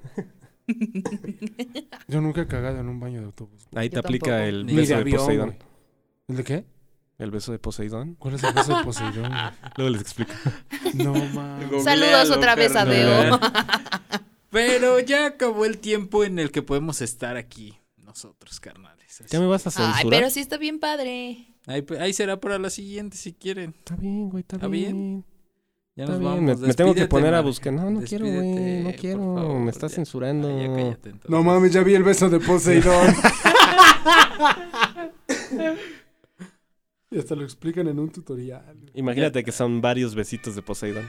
Yo nunca he cagado en un baño de autobús. Ahí te Yo aplica tampoco. el Ni Ni beso de de avión, Poseidón. güey. ¿El de qué? El beso de Poseidón. ¿Cuál es el beso de Poseidón? güey? Luego les explico. No mames. Saludos otra vez, Adeo. Pero ya acabó el tiempo en el que podemos estar aquí nosotros, carnales. Así ¿Ya me vas a Ay, censurar? pero sí está bien padre. Ahí será para la siguiente si quieren. Está bien, güey, está ¿Está bien. bien? Ya Está nos bien. vamos. Me tengo que Despídete, poner a Mark. buscar. No quiero, güey. Despídete, No por quiero. favor, Me estás ya. censurando. Ah, ya cállate, entonces. No mames, ya vi el beso de Poseidón. Y hasta lo explican en un tutorial. Imagínate que son varios besitos de Poseidón.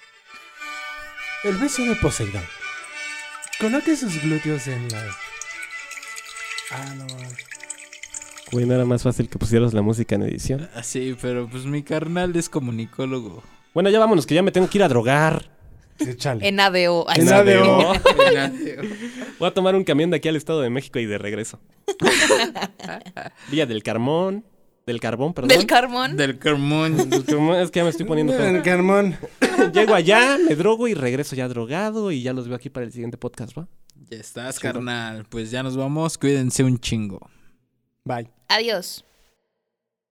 El beso de Poseidón. Coloque sus glúteos en la... no. Güey, no era más fácil que pusieras la música en edición. Ah, sí, pero pues mi carnal es comunicólogo. Bueno, ya vámonos, que ya me tengo que ir a drogar. Échale. En ADO. Ay, En sí. ADO. Voy a tomar un camión de aquí al Estado de México y de regreso. Villa del Carmón. Del Carbón, perdón. Del Carmón. Del Carmón. Del Carmón, es que ya me estoy poniendo pedo. El Carmón. Llego allá, me drogo y regreso ya drogado y ya los veo aquí para el siguiente podcast, ¿va? Ya estás, carnal. Pues ya nos vamos. Cuídense un chingo. Bye. Adiós.